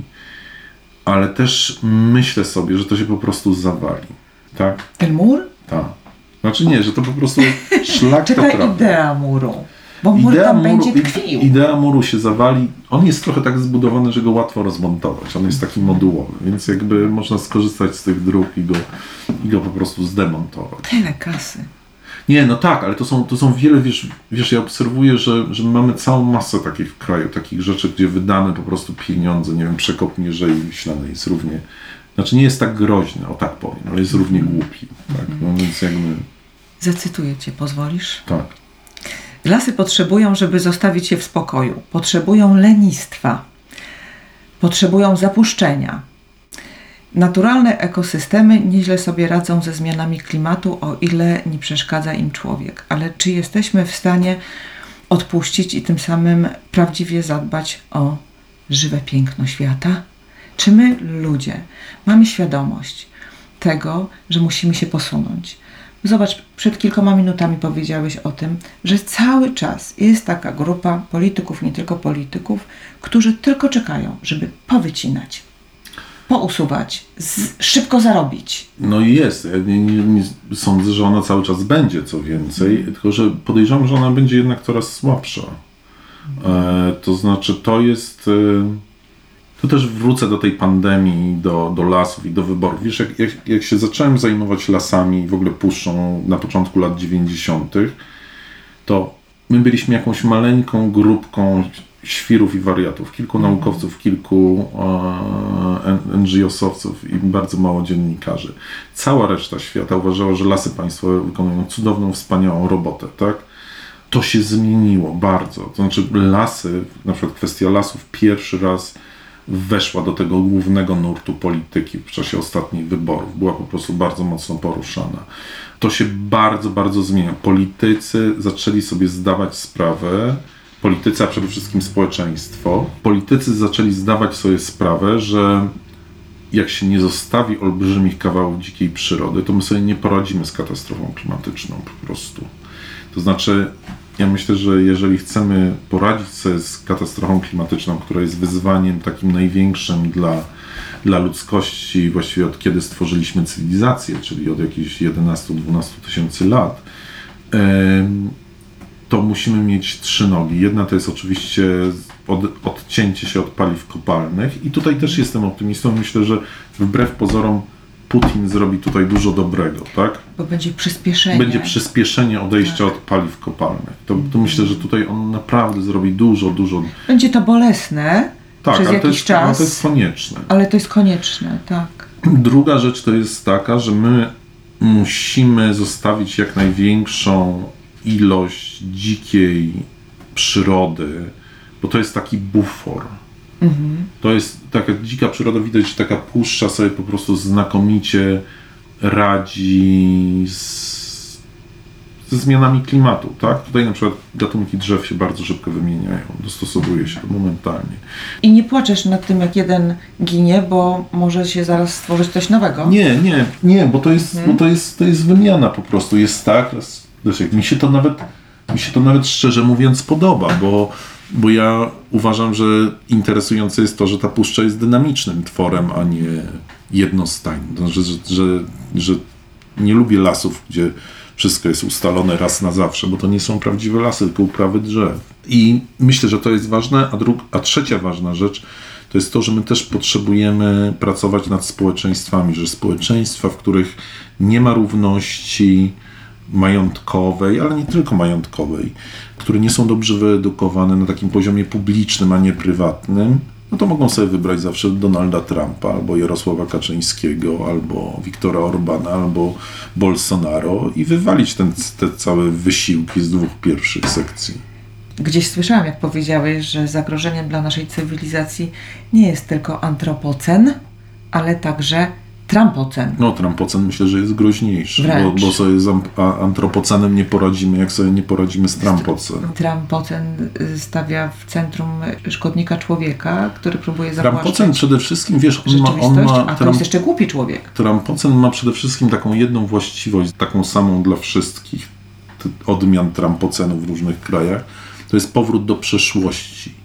Ale też myślę sobie, że to się po prostu zawali. Tak? Ten mur? Tak. Znaczy nie, że to po prostu szlak to Czeka trafi. idea muru. Bo mur Idea tam muru, będzie tkwił. Idea muru się zawali. On jest trochę tak zbudowany, że go łatwo rozmontować. On jest taki modułowy, więc jakby można skorzystać z tych dróg i go, i go po prostu zdemontować. Tyle kasy. Nie, no tak, ale to są, to są wiele, wiesz, wiesz, ja obserwuję, że, że mamy całą masę takich w kraju, takich rzeczy, gdzie wydamy po prostu pieniądze, nie wiem, przekop Mierzei Wiślanej jest równie, znaczy nie jest tak groźny, o tak powiem, ale jest równie głupi, tak, no więc jakby... Zacytuję cię, pozwolisz? Tak. Lasy potrzebują, żeby zostawić je w spokoju. Potrzebują lenistwa. Potrzebują zapuszczenia. Naturalne ekosystemy nieźle sobie radzą ze zmianami klimatu, o ile nie przeszkadza im człowiek. Ale czy jesteśmy w stanie odpuścić i tym samym prawdziwie zadbać o żywe piękno świata? Czy my, ludzie, mamy świadomość tego, że musimy się posunąć? Zobacz, przed kilkoma minutami powiedziałeś o tym, że cały czas jest taka grupa polityków, nie tylko polityków, którzy tylko czekają, żeby powycinać, pousuwać, z, szybko zarobić. No i jest. Ja nie, nie, nie sądzę, że ona cały czas będzie, co więcej, mm. tylko że podejrzewam, że ona będzie jednak coraz słabsza. E, to znaczy to jest... E, to też wrócę do tej pandemii, do, do lasów i do wyborów. Wiesz, jak, jak, jak się zacząłem zajmować lasami i w ogóle puszczą na początku lat dziewięćdziesiątych, to my byliśmy jakąś maleńką grupką świrów i wariatów. Kilku naukowców, kilku e, en dżi osowców i bardzo mało dziennikarzy. Cała reszta świata uważała, że lasy państwowe wykonują cudowną, wspaniałą robotę, tak? To się zmieniło bardzo. To znaczy lasy, na przykład kwestia lasów pierwszy raz weszła do tego głównego nurtu polityki w czasie ostatnich wyborów. Była po prostu bardzo mocno poruszana. To się bardzo, bardzo zmienia. Politycy zaczęli sobie zdawać sprawę, politycy, a przede wszystkim społeczeństwo, politycy zaczęli zdawać sobie sprawę, że jak się nie zostawi olbrzymich kawałów dzikiej przyrody, to my sobie nie poradzimy z katastrofą klimatyczną po prostu. To znaczy, ja myślę, że jeżeli chcemy poradzić sobie z katastrofą klimatyczną, która jest wyzwaniem takim największym dla, dla ludzkości właściwie od kiedy stworzyliśmy cywilizację, czyli od jakichś jedenastu do dwunastu tysięcy lat, to musimy mieć trzy nogi. Jedna to jest oczywiście od, odcięcie się od paliw kopalnych i tutaj też jestem optymistą. Myślę, że wbrew pozorom Putin zrobi tutaj dużo dobrego, tak? Bo będzie przyspieszenie. Będzie przyspieszenie odejścia tak. od paliw kopalnych. To, to myślę, że tutaj on naprawdę zrobi dużo, dużo... Będzie to bolesne tak, przez ale jakiś to jest, czas. Ale to jest konieczne. Ale to jest konieczne, tak. Druga rzecz to jest taka, że my musimy zostawić jak największą ilość dzikiej przyrody, bo to jest taki bufor. Mhm. To jest taka dzika przyroda, widać, że taka puszcza sobie po prostu znakomicie radzi z, ze zmianami klimatu, tak? Tutaj na przykład gatunki drzew się bardzo szybko wymieniają, dostosowuje się momentalnie. I nie płaczesz nad tym, jak jeden ginie, bo może się zaraz stworzyć coś nowego? Nie, nie, nie, bo to jest, mhm. bo to jest, to jest wymiana po prostu, jest tak, jest, mi się to nawet, mi się to nawet szczerze mówiąc podoba, bo Bo ja uważam, że interesujące jest to, że ta puszcza jest dynamicznym tworem, a nie jednostajnym. To znaczy, że, że, że nie lubię lasów, gdzie wszystko jest ustalone raz na zawsze, bo to nie są prawdziwe lasy, tylko uprawy drzew. I myślę, że to jest ważne, a, dru- a trzecia ważna rzecz to jest to, że my też potrzebujemy pracować nad społeczeństwami, że społeczeństwa, w których nie ma równości majątkowej, ale nie tylko majątkowej, które nie są dobrze wyedukowane na takim poziomie publicznym, a nie prywatnym, no to mogą sobie wybrać zawsze Donalda Trumpa, albo Jarosława Kaczyńskiego, albo Viktora Orbana, albo Bolsonaro i wywalić ten, te całe wysiłki z dwóch pierwszych sekcji. Gdzieś słyszałam, jak powiedziałeś, że zagrożeniem dla naszej cywilizacji nie jest tylko antropocen, ale także Trumpocen. No, Trumpocen myślę, że jest groźniejszy, bo, bo sobie z antropocenem nie poradzimy, jak sobie nie poradzimy z Trumpocenem. Trumpocen stawia w centrum szkodnika człowieka, który próbuje zawłaszczyć Trumpocen przede wszystkim, wiesz, on ma... On ma a to Trump, jest jeszcze głupi człowiek. Trumpocen ma przede wszystkim taką jedną właściwość, taką samą dla wszystkich odmian Trumpocenu w różnych krajach. To jest powrót do przeszłości.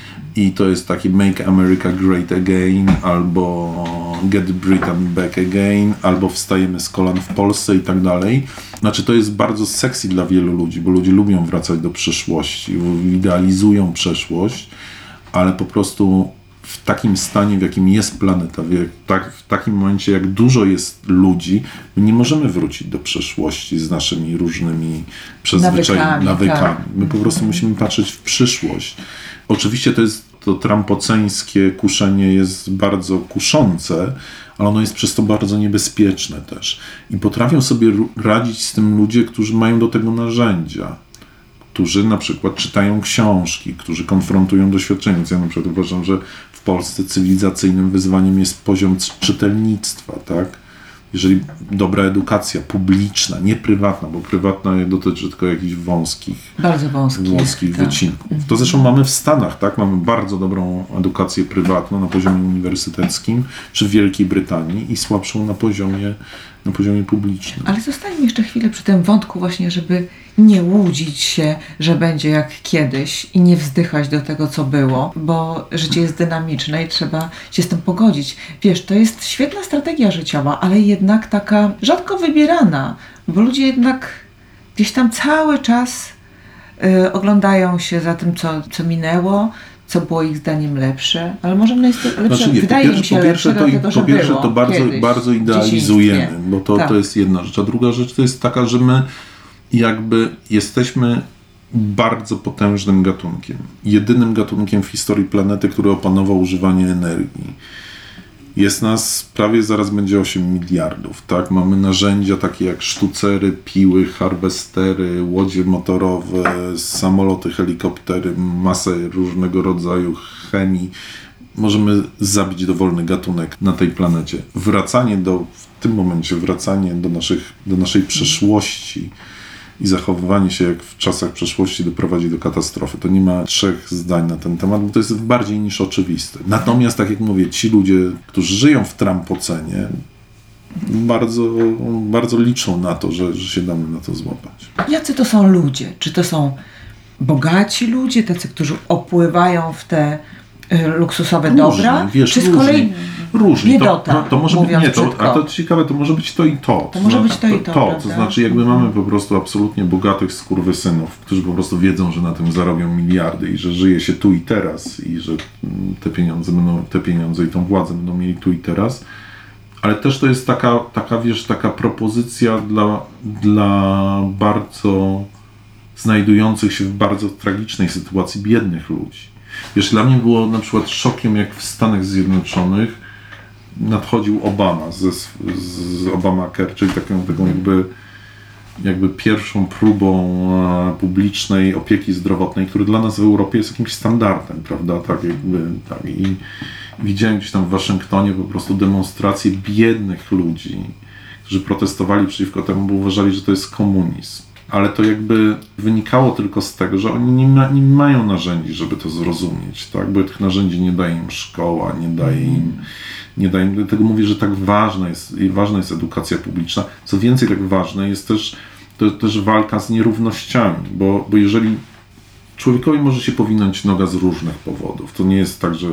I to jest taki Make America Great Again, albo Get Britain Back Again, albo Wstajemy z kolan w Polsce i tak dalej. Znaczy to jest bardzo sexy dla wielu ludzi, bo ludzie lubią wracać do przeszłości, idealizują przeszłość, ale po prostu w takim stanie, w jakim jest planeta, w, tak, w takim momencie, jak dużo jest ludzi, my nie możemy wrócić do przeszłości z naszymi różnymi przyzwyczajeniami, nawykami. nawykami. My po prostu musimy patrzeć w przyszłość. Oczywiście to jest to trampoceńskie kuszenie jest bardzo kuszące, ale ono jest przez to bardzo niebezpieczne też. I potrafią sobie radzić z tym ludzie, którzy mają do tego narzędzia, którzy na przykład czytają książki, którzy konfrontują doświadczenia. Więc ja na przykład uważam, że w Polsce cywilizacyjnym wyzwaniem jest poziom czytelnictwa, tak? Jeżeli dobra edukacja publiczna, nie prywatna, bo prywatna dotyczy tylko jakichś wąskich, bardzo wąskich, wąskich tak. wycinków. To zresztą mamy w Stanach, tak? Mamy bardzo dobrą edukację prywatną na poziomie uniwersyteckim, czy w Wielkiej Brytanii i słabszą na poziomie, na poziomie publicznym. Ale zostańmy jeszcze chwilę przy tym wątku właśnie, żeby nie łudzić się, że będzie jak kiedyś i nie wzdychać do tego, co było, bo życie jest dynamiczne i trzeba się z tym pogodzić. Wiesz, to jest świetna strategia życiowa, ale jednak taka rzadko wybierana, bo ludzie jednak gdzieś tam cały czas y, oglądają się za tym, co, co minęło, co było ich zdaniem lepsze, ale może ono jest lepsze, znaczy nie, wydaje pierwsze, mi się po pierwsze, lepsze, to, dlatego, że po pierwsze było to bardzo, kiedyś, bardzo idealizujemy, bo to, tak. to jest jedna rzecz. A druga rzecz to jest taka, że my jakby jesteśmy bardzo potężnym gatunkiem. Jedynym gatunkiem w historii planety, który opanował używanie energii. Jest nas prawie, zaraz będzie osiem miliardów, tak? Mamy narzędzia takie jak sztucery, piły, harwestery, łodzie motorowe, samoloty, helikoptery, masę różnego rodzaju chemii. możemy zabić dowolny gatunek na tej planecie. Wracanie do, w tym momencie, wracanie do, naszych, do naszej przeszłości i zachowywanie się jak w czasach przeszłości doprowadzi do katastrofy. To nie ma trzech zdań na ten temat, bo to jest bardziej niż oczywiste. Natomiast, tak jak mówię, ci ludzie, którzy żyją w Trumpocenie, bardzo, bardzo liczą na to, że, że się damy na to złapać. Jacy to są ludzie? Czy to są bogaci ludzie, tacy, którzy opływają w te y, luksusowe Różni, dobra? Wiesz, czy z różni, kolei różni. biedota, to, to, to może być nie to, brzydko. a to ciekawe, to może być to i to. To może być to i to, To, prawda? to znaczy jakby mhm. mamy po prostu absolutnie bogatych skurwysynów, którzy po prostu wiedzą, że na tym zarobią miliardy i że żyje się tu i teraz i że te pieniądze będą, te pieniądze i tą władzę będą mieli tu i teraz. Ale też to jest taka, taka wiesz, taka propozycja dla, dla bardzo znajdujących się w bardzo tragicznej sytuacji biednych ludzi. Wiesz, dla mnie było na przykład szokiem, jak w Stanach Zjednoczonych nadchodził Obama ze, z Obamacare, czyli taką, taką jakby, jakby pierwszą próbą publicznej opieki zdrowotnej, który dla nas w Europie jest jakimś standardem, prawda? Tak jakby, tak. I widziałem gdzieś tam w Waszyngtonie po prostu demonstracje biednych ludzi, którzy protestowali przeciwko temu, bo uważali, że to jest komunizm. Ale to jakby wynikało tylko z tego, że oni nie, ma, nie mają narzędzi, żeby to zrozumieć, tak? Bo tych narzędzi nie daje im szkoła, nie daje im, nie daje im, dlatego mówię, że tak ważna jest, ważna jest edukacja publiczna. Co więcej, tak ważne jest też, to, też walka z nierównościami, bo, bo jeżeli człowiekowi może się powinąć noga z różnych powodów, to nie jest tak, że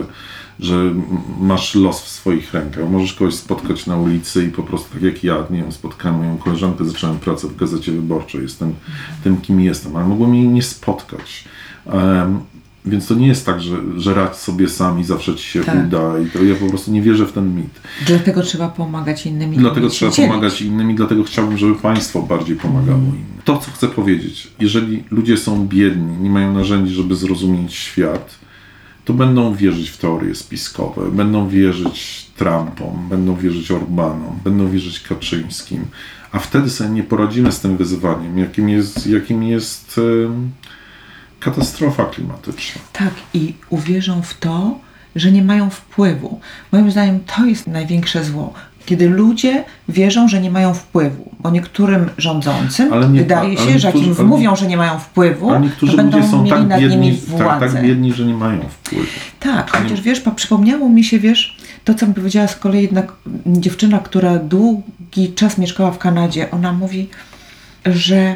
że masz los w swoich rękach. Możesz kogoś spotkać na ulicy i po prostu tak jak ja, nie wiem, spotkałem moją koleżankę, zacząłem pracę w Gazecie Wyborczej, jestem tym, kim jestem, ale mogłem jej nie spotkać. Um, więc to nie jest tak, że, że radź sobie sam i zawsze ci się tak. uda i to ja po prostu nie wierzę w ten mit. Dlatego trzeba pomagać innym. Dlatego trzeba dzielić. pomagać innym i dlatego chciałbym, żeby państwo bardziej pomagało mm. innym. To, co chcę powiedzieć, jeżeli ludzie są biedni, nie mają narzędzi, żeby zrozumieć świat, to będą wierzyć w teorie spiskowe, będą wierzyć Trumpom, będą wierzyć Orbanom, będą wierzyć Kaczyńskim, a wtedy sobie nie poradzimy z tym wyzwaniem, jakim jest, jakim jest um, katastrofa klimatyczna. Tak, i uwierzą w to, że nie mają wpływu. Moim zdaniem to jest największe zło. Kiedy ludzie wierzą, że nie mają wpływu, bo niektórym rządzącym nie, wydaje się, że jak im wmówią, że nie mają wpływu, ale niektórzy to będą ludzie są mieli tak nad biedni, nimi władzę. Tak, tak biedni, że nie mają wpływu. Tak, chociaż wiesz, przypomniało mi się, wiesz, to co mi powiedziała z kolei jedna dziewczyna, która długi czas mieszkała w Kanadzie, ona mówi, że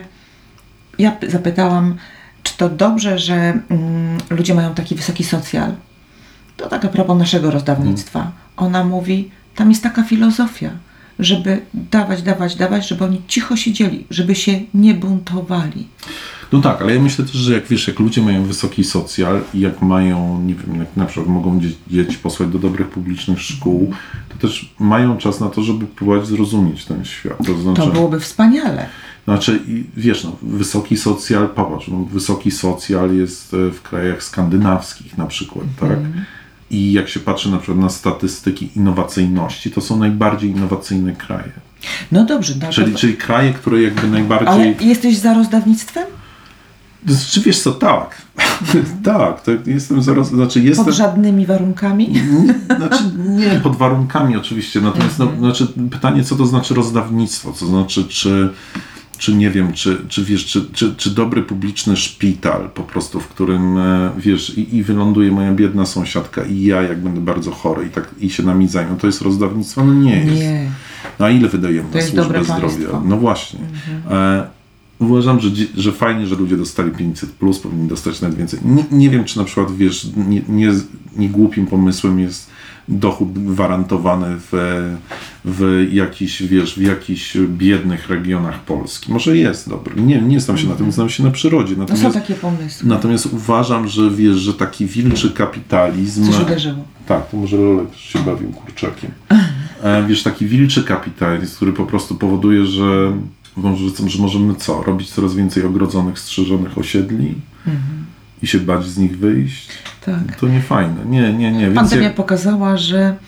ja zapytałam, czy to dobrze, że mm, ludzie mają taki wysoki socjal. To tak a propos naszego rozdawnictwa. Hmm. Ona mówi, tam jest taka filozofia, żeby dawać, dawać, dawać, żeby oni cicho siedzieli, żeby się nie buntowali. No tak, ale ja myślę też, że jak wiesz, jak ludzie mają wysoki socjal i jak mają, nie wiem, jak na przykład mogą dzieci posłać do dobrych publicznych szkół, to też mają czas na to, żeby próbować zrozumieć ten świat. To, znaczy, to byłoby wspaniale. Znaczy, wiesz, no, wysoki socjal, popatrz, no, wysoki socjal jest w krajach skandynawskich na przykład, tak? Mm. I jak się patrzy na przykład na statystyki innowacyjności, to są najbardziej innowacyjne kraje. No dobrze. No czyli, to... czyli kraje, które jakby najbardziej... Ale jesteś za rozdawnictwem? Czy wiesz co, tak. tak, to jestem za roz... znaczy jestem... Pod żadnymi warunkami? nie, znaczy nie, pod warunkami oczywiście. Natomiast no, znaczy, pytanie, co to znaczy rozdawnictwo? To znaczy, czy... Czy nie wiem, czy, czy wiesz, czy, czy, czy dobry publiczny szpital po prostu, w którym wiesz, i, i wyląduje moja biedna sąsiadka i ja, jak będę bardzo chory i tak i się nami zajmą, to jest rozdawnictwo? No nie jest. Nie. No a ile wydajemy to na służbę zdrowia? Państwo. No właśnie. Mhm. E, uważam, że, że fajnie, że ludzie dostali pięćset plus, powinni dostać nawet więcej. Nie, nie wiem, czy na przykład, wiesz, nie, nie, nie głupim pomysłem jest dochód gwarantowany w, w jakichś, wiesz, w jakichś biednych regionach Polski. Może jest dobry. Nie, nie znam się na tym, znam się na przyrodzie. Natomiast, no są takie pomysły. Natomiast uważam, że wiesz, że taki wilczy kapitalizm... Coś uderzyło. Tak, to może Lolek się bawił kurczakiem. Wiesz, taki wilczy kapitalizm, który po prostu powoduje, że, że możemy co? Robić coraz więcej ogrodzonych, strzeżonych osiedli mhm. i się bać z nich wyjść. Tak. To nie fajne. Nie, nie, nie. Pandemia Więc jak... pokazała, że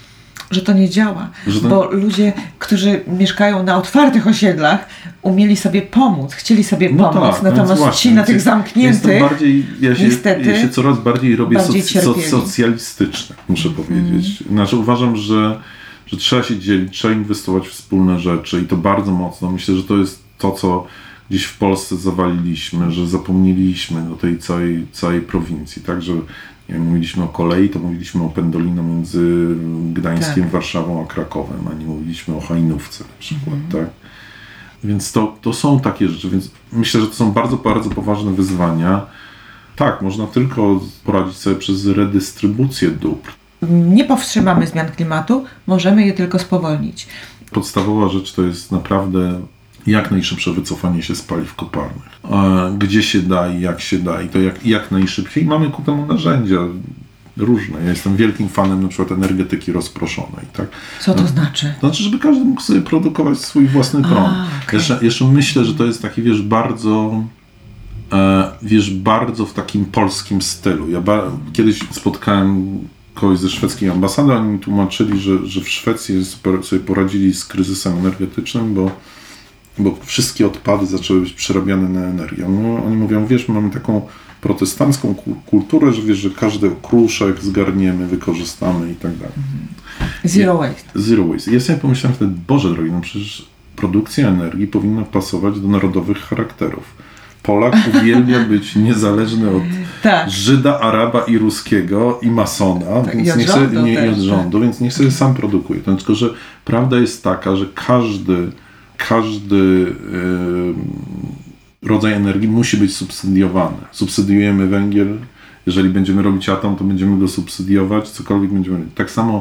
że to nie działa, to... bo ludzie, którzy mieszkają na otwartych osiedlach, umieli sobie pomóc, chcieli sobie no pomóc, tak, natomiast właśnie, ci na tych zamkniętych, bardziej, ja się, niestety, ja się coraz bardziej robię bardziej soc, soc, socjalistyczny, muszę mm. powiedzieć. Znaczy uważam, że, że trzeba się dzielić, trzeba inwestować w wspólne rzeczy i to bardzo mocno. Myślę, że to jest to, co gdzieś w Polsce zawaliliśmy, że zapomnieliśmy do tej całej, całej prowincji, tak, że nie wiem, mówiliśmy o kolei, to mówiliśmy o pendolino między Gdańskiem, tak. Warszawą a Krakowem, a nie mówiliśmy o Hajnówce na przykład, mm. tak. Więc to, to są takie rzeczy, więc myślę, że to są bardzo, bardzo poważne wyzwania. Tak, można tylko poradzić sobie przez redystrybucję dóbr. Nie powstrzymamy zmian klimatu, możemy je tylko spowolnić. Podstawowa rzecz to jest naprawdę jak najszybsze wycofanie się z paliw kopalnych. Gdzie się da i jak się da i to jak, jak najszybciej. I mamy ku temu narzędzia różne. Ja jestem wielkim fanem na przykład energetyki rozproszonej. Tak? Co to znaczy? To znaczy, żeby każdy mógł sobie produkować swój własny prąd. A, okay. jeszcze, jeszcze myślę, że to jest taki, wiesz, bardzo e, wiesz, bardzo w takim polskim stylu. Ja ba- kiedyś spotkałem kogoś ze szwedzkiej ambasady, oni mi tłumaczyli, że, że w Szwecji sobie poradzili z kryzysem energetycznym, bo bo wszystkie odpady zaczęły być przerabiane na energię. No, oni mówią, wiesz, my mamy taką protestancką kulturę, że wiesz, że każdy okruszek zgarniemy, wykorzystamy i tak dalej. Zero waste. Zero waste. I ja sobie pomyślałem wtedy, Boże drogi, no przecież produkcja energii powinna pasować do narodowych charakterów. Polak uwielbia być niezależny od tak. Żyda, Araba i Ruskiego i masona, tak, więc i, niech sobie, nie, też, i od rządu, tak. Więc niech sobie sam produkuje. To tylko, że prawda jest taka, że każdy każdy yy, rodzaj energii musi być subsydiowany. Subsydiujemy węgiel, jeżeli będziemy robić atom, to będziemy go subsydiować, cokolwiek będziemy robić. Tak samo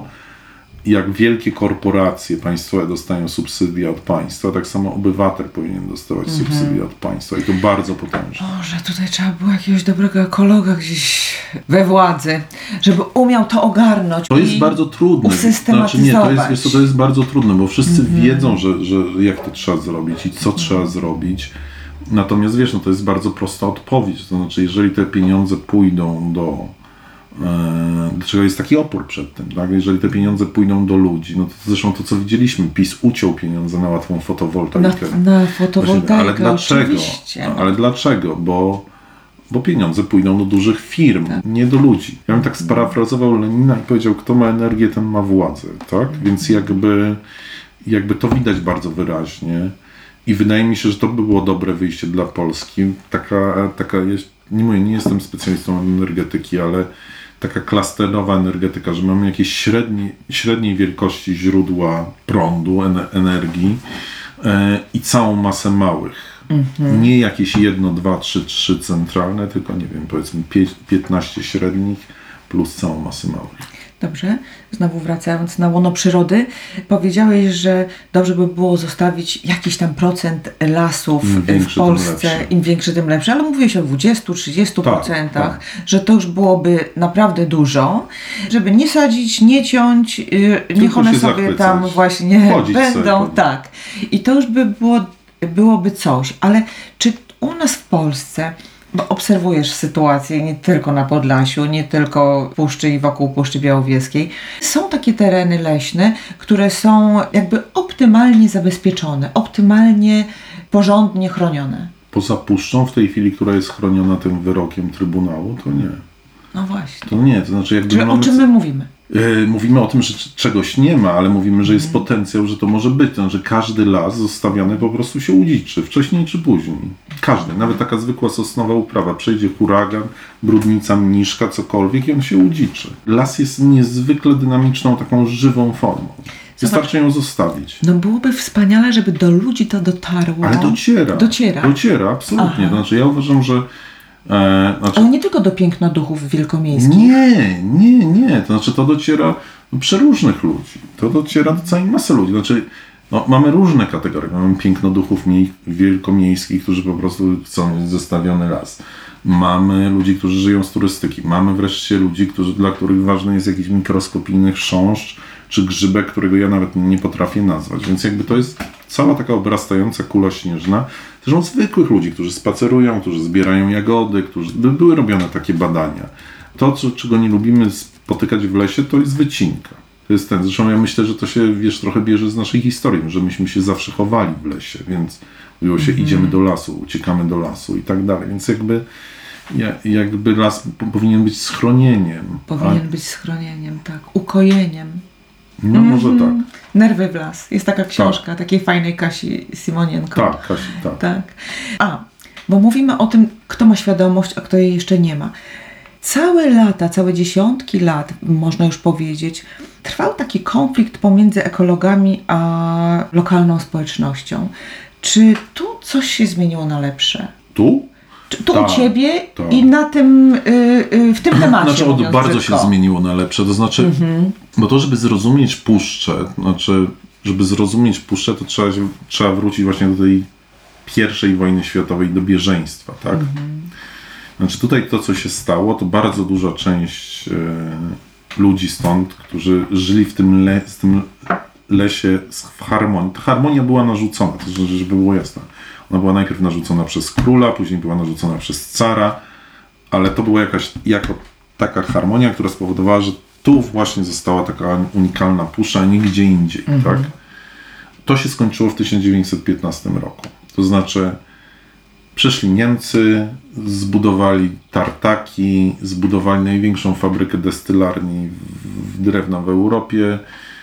jak wielkie korporacje państwowe dostają subsydia od państwa, tak samo obywatel powinien dostawać mhm. subsydia od państwa i to bardzo potężne. Może tutaj trzeba było jakiegoś dobrego ekologa gdzieś we władzy, żeby umiał to ogarnąć. To jest i bardzo trudne. Usystematyzować. Znaczy nie, to jest, to, to jest bardzo trudne, bo wszyscy mhm. wiedzą, że, że jak to trzeba zrobić i co mhm. trzeba zrobić. Natomiast wiesz, no to jest bardzo prosta odpowiedź. To znaczy, jeżeli te pieniądze pójdą do Dlaczego jest taki opór przed tym, tak? Jeżeli te pieniądze pójdą do ludzi, no to zresztą to, co widzieliśmy, PiS uciął pieniądze na łatwą fotowoltaikę. Na, na fotowoltaikę, ale dlaczego? Oczywiście. Ale dlaczego? Bo, bo pieniądze pójdą do dużych firm, tak. nie do ludzi. Ja bym tak sparafrazował Lenina i powiedział, kto ma energię, ten ma władzę, tak? Więc jakby, jakby to widać bardzo wyraźnie i wydaje mi się, że to by było dobre wyjście dla Polski. Taka, taka jest, nie mówię, nie jestem specjalistą energetyki, ale taka klasterowa energetyka, że mamy jakieś średnie, średniej wielkości źródła prądu, energii e, i całą masę małych. Mm-hmm. Nie jakieś jedno, dwa, trzy, trzy centralne, tylko nie wiem, powiedzmy piętnaście średnich plus całą masę małych. Dobrze, znowu wracając na łono przyrody, powiedziałeś, że dobrze by było zostawić jakiś tam procent lasów w Polsce, im większy, tym lepszy, ale mówiłeś o dwudziestu do trzydziestu procentach, tak, tak. że to już byłoby naprawdę dużo, żeby nie sadzić, nie ciąć, yy, niech one sobie zachwycać. Tam właśnie Chodzić będą, sobie. Tak. I to już by było, byłoby coś, ale czy u nas w Polsce, bo obserwujesz sytuację nie tylko na Podlasiu, nie tylko w Puszczy i wokół Puszczy Białowieskiej. Są takie tereny leśne, które są jakby optymalnie zabezpieczone, optymalnie, porządnie chronione. Poza Puszczą w tej chwili, która jest chroniona tym wyrokiem Trybunału, to nie. No właśnie. To nie, to znaczy jakby... Czyli mamy... o czym my mówimy? Yy, mówimy o tym, że czegoś nie ma, ale mówimy, że jest potencjał, że to może być. To znaczy każdy las zostawiany po prostu się udziczy, wcześniej czy później. Każdy, nawet taka zwykła sosnowa uprawa. Przejdzie huragan, brudnica, mniszka, cokolwiek i on się udziczy. Las jest niezwykle dynamiczną, taką żywą formą. Wystarczy ją zostawić. No byłoby wspaniale, żeby do ludzi to dotarło. Ale dociera. Dociera. Dociera, absolutnie. To znaczy ja uważam, że E, znaczy, ale nie tylko do pięknoduchów wielkomiejskich. Nie, nie, nie. To znaczy to dociera do przeróżnych ludzi. To dociera do całej masy ludzi. Znaczy, no, mamy różne kategorie. Mamy pięknoduchów mie- wielkomiejskich, którzy po prostu chcą mieć zostawiony las. Mamy ludzi, którzy żyją z turystyki. Mamy wreszcie ludzi, którzy, dla których ważny jest jakiś mikroskopijny chrząszcz czy grzybek, którego ja nawet nie potrafię nazwać. Więc jakby to jest cała taka obrastająca kula śnieżna. Też mam zwykłych ludzi, którzy spacerują, którzy zbierają jagody, którzy by były robione takie badania. To, co, czego nie lubimy spotykać w lesie, to jest wycinka. To jest ten. Zresztą ja myślę, że to się, wiesz, trochę bierze z naszej historii, że myśmy się zawsze chowali w lesie, więc mówiło się, mm. idziemy do lasu, uciekamy do lasu i tak dalej. Więc jakby, jakby las powinien być schronieniem. Powinien a... być schronieniem, tak. Ukojeniem. No mm-hmm. może tak. Nerwy w las. Jest taka książka, tak. takiej fajnej Kasi Simonienko. Tak, Kasi, tak. tak. A, bo mówimy o tym, kto ma świadomość, a kto jej jeszcze nie ma. Całe lata, całe dziesiątki lat, można już powiedzieć, trwał taki konflikt pomiędzy ekologami a lokalną społecznością. Czy tu coś się zmieniło na lepsze? Tu? Czy tu ta, u Ciebie ta. i na tym, yy, yy, w tym temacie? Znaczy, od bardzo brzydko. się zmieniło na lepsze. To znaczy, mhm. bo to, żeby zrozumieć puszczę, znaczy, żeby zrozumieć puszczę, to trzeba, trzeba wrócić właśnie do tej pierwszej wojny światowej, do bieżeństwa, tak? Mhm. Znaczy tutaj to, co się stało, to bardzo duża część e, ludzi stąd, którzy żyli w tym, le, w tym lesie w harmonii. Ta harmonia była narzucona, to żeby było jasne. Ona była najpierw narzucona przez króla, później była narzucona przez cara, ale to była jakaś jako taka harmonia, która spowodowała, że tu właśnie została taka unikalna puszcza, a nigdzie indziej. Mhm. Tak? To się skończyło w tysiąc dziewięćset piętnastym roku. To znaczy przyszli Niemcy, zbudowali tartaki, zbudowali największą fabrykę destylarni w drewna w Europie.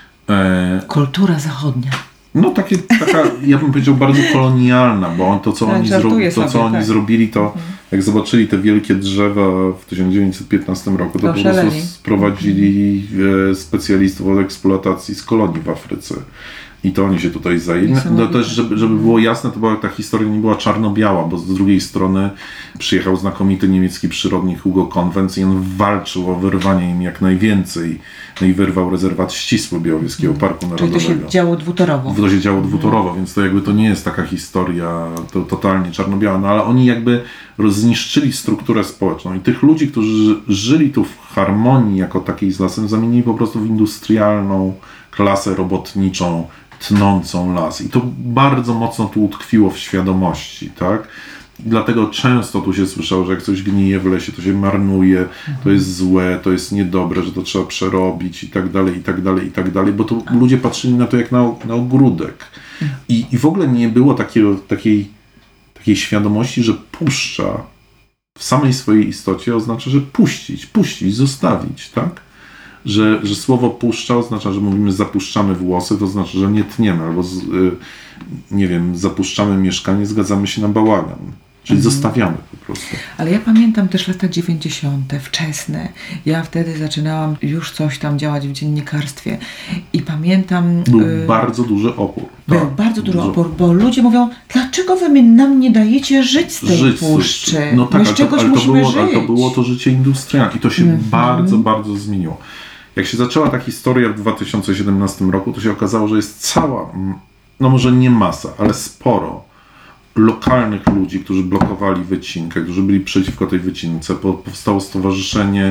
E... Kultura zachodnia. No takie, taka, ja bym powiedział, bardzo kolonialna, bo to, co, tak, oni, zro... to, co sobie, oni tak. zrobili, to mhm. jak zobaczyli te wielkie drzewa w tysiąc dziewięćset piętnastym roku, to po prostu sprowadzili mhm. specjalistów od eksploatacji z kolonii w Afryce. I to oni się tutaj zajęli. No też, żeby, żeby było jasne, to była, ta historia nie była czarno-biała, bo z drugiej strony przyjechał znakomity niemiecki przyrodnik Hugo Conwens i on walczył o wyrwanie im jak najwięcej. No i wyrwał rezerwat ścisły Białowieskiego Parku Narodowego. Czyli to się działo dwutorowo. To się działo dwutorowo, hmm. więc to jakby to nie jest taka historia to totalnie czarno-biała, no ale oni jakby zniszczyli strukturę społeczną i tych ludzi, którzy żyli tu w harmonii jako takiej z lasem, zamienili po prostu w industrialną klasę robotniczą, tnącą las. I to bardzo mocno tu utkwiło w świadomości, tak? I dlatego często tu się słyszało, że jak coś gnije w lesie, to się marnuje, mhm. to jest złe, to jest niedobre, że to trzeba przerobić i tak dalej, i tak dalej, i tak dalej, bo to ludzie patrzyli na to jak na, na ogródek. Mhm. I, I w ogóle nie było takiego, takiej, takiej świadomości, że puszcza w samej swojej istocie oznacza, że puścić, puścić, zostawić, tak? Że, że słowo puszcza oznacza, że mówimy zapuszczamy włosy, to znaczy, że nie tniemy, albo z, y, nie wiem, zapuszczamy mieszkanie, zgadzamy się na bałagan. Czyli mhm. zostawiamy po prostu. Ale ja pamiętam też lata dziewięćdziesiąte, wczesne. Ja wtedy zaczynałam już coś tam działać w dziennikarstwie i pamiętam... Był y, bardzo duży opór. Był tak, bardzo duży dużo. opór, bo ludzie mówią, dlaczego wy nam nie dajecie żyć z tej żyć, puszczy? No tak, My z czegoś ale, to, ale, to było, żyć. ale to było to życie industrialne i to się mhm. bardzo, bardzo zmieniło. Jak się zaczęła ta historia w dwa tysiące siedemnastym roku, to się okazało, że jest cała, no może nie masa, ale sporo lokalnych ludzi, którzy blokowali wycinkę, którzy byli przeciwko tej wycince. Powstało stowarzyszenie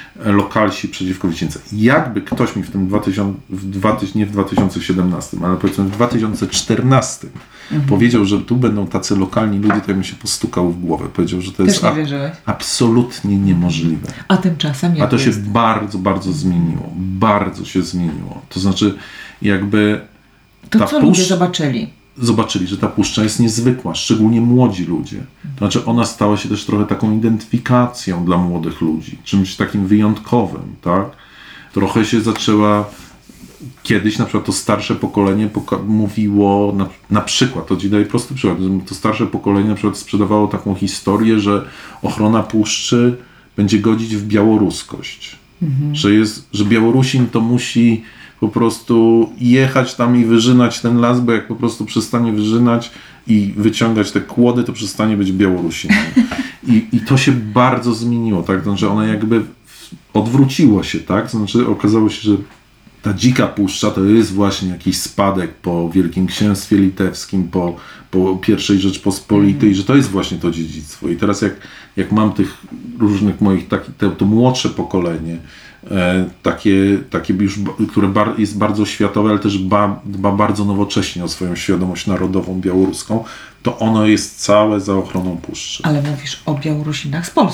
Lokalsi przeciwko wycince. Jakby ktoś mi w tym dwutysięcznym, w dwa tysiące, nie w dwa tysiące siedemnastym, ale powiedzmy w dwa tysiące czternastym mhm. powiedział, że tu będą tacy lokalni ludzie, to ja bym się postukał w głowę. Powiedział, że to Też jest nie a, wierzyłeś. absolutnie niemożliwe. A tymczasem jak A to jest? się bardzo, bardzo zmieniło. Bardzo się zmieniło. To znaczy jakby To ta co pusz... ludzie zobaczyli? Zobaczyli, że ta puszcza jest niezwykła, szczególnie młodzi ludzie. To znaczy ona stała się też trochę taką identyfikacją dla młodych ludzi, czymś takim wyjątkowym, tak? Trochę się zaczęła, kiedyś na przykład to starsze pokolenie poka- mówiło, na, na przykład, to ci daję prosty przykład, to starsze pokolenie na przykład sprzedawało taką historię, że ochrona puszczy będzie godzić w białoruskość. Mhm. Że, jest, że Białorusin to musi po prostu jechać tam i wyrzynać ten las, bo jak po prostu przestanie wyrzynać i wyciągać te kłody, to przestanie być Białorusinem. I, i to się bardzo zmieniło, tak? Znaczy ona jakby odwróciło się, tak? Znaczy okazało się, że ta dzika puszcza to jest właśnie jakiś spadek po Wielkim Księstwie Litewskim, po, po pierwszej Rzeczpospolitej, mm. że to jest właśnie to dziedzictwo. I teraz jak, jak mam tych różnych moich, taki, te, to młodsze pokolenie, e, takie, takie już, które bar, jest bardzo światowe, ale też ba, dba bardzo nowocześnie o swoją świadomość narodową białoruską, to ono jest całe za ochroną puszczy. Ale mówisz o Białorusinach z Polski.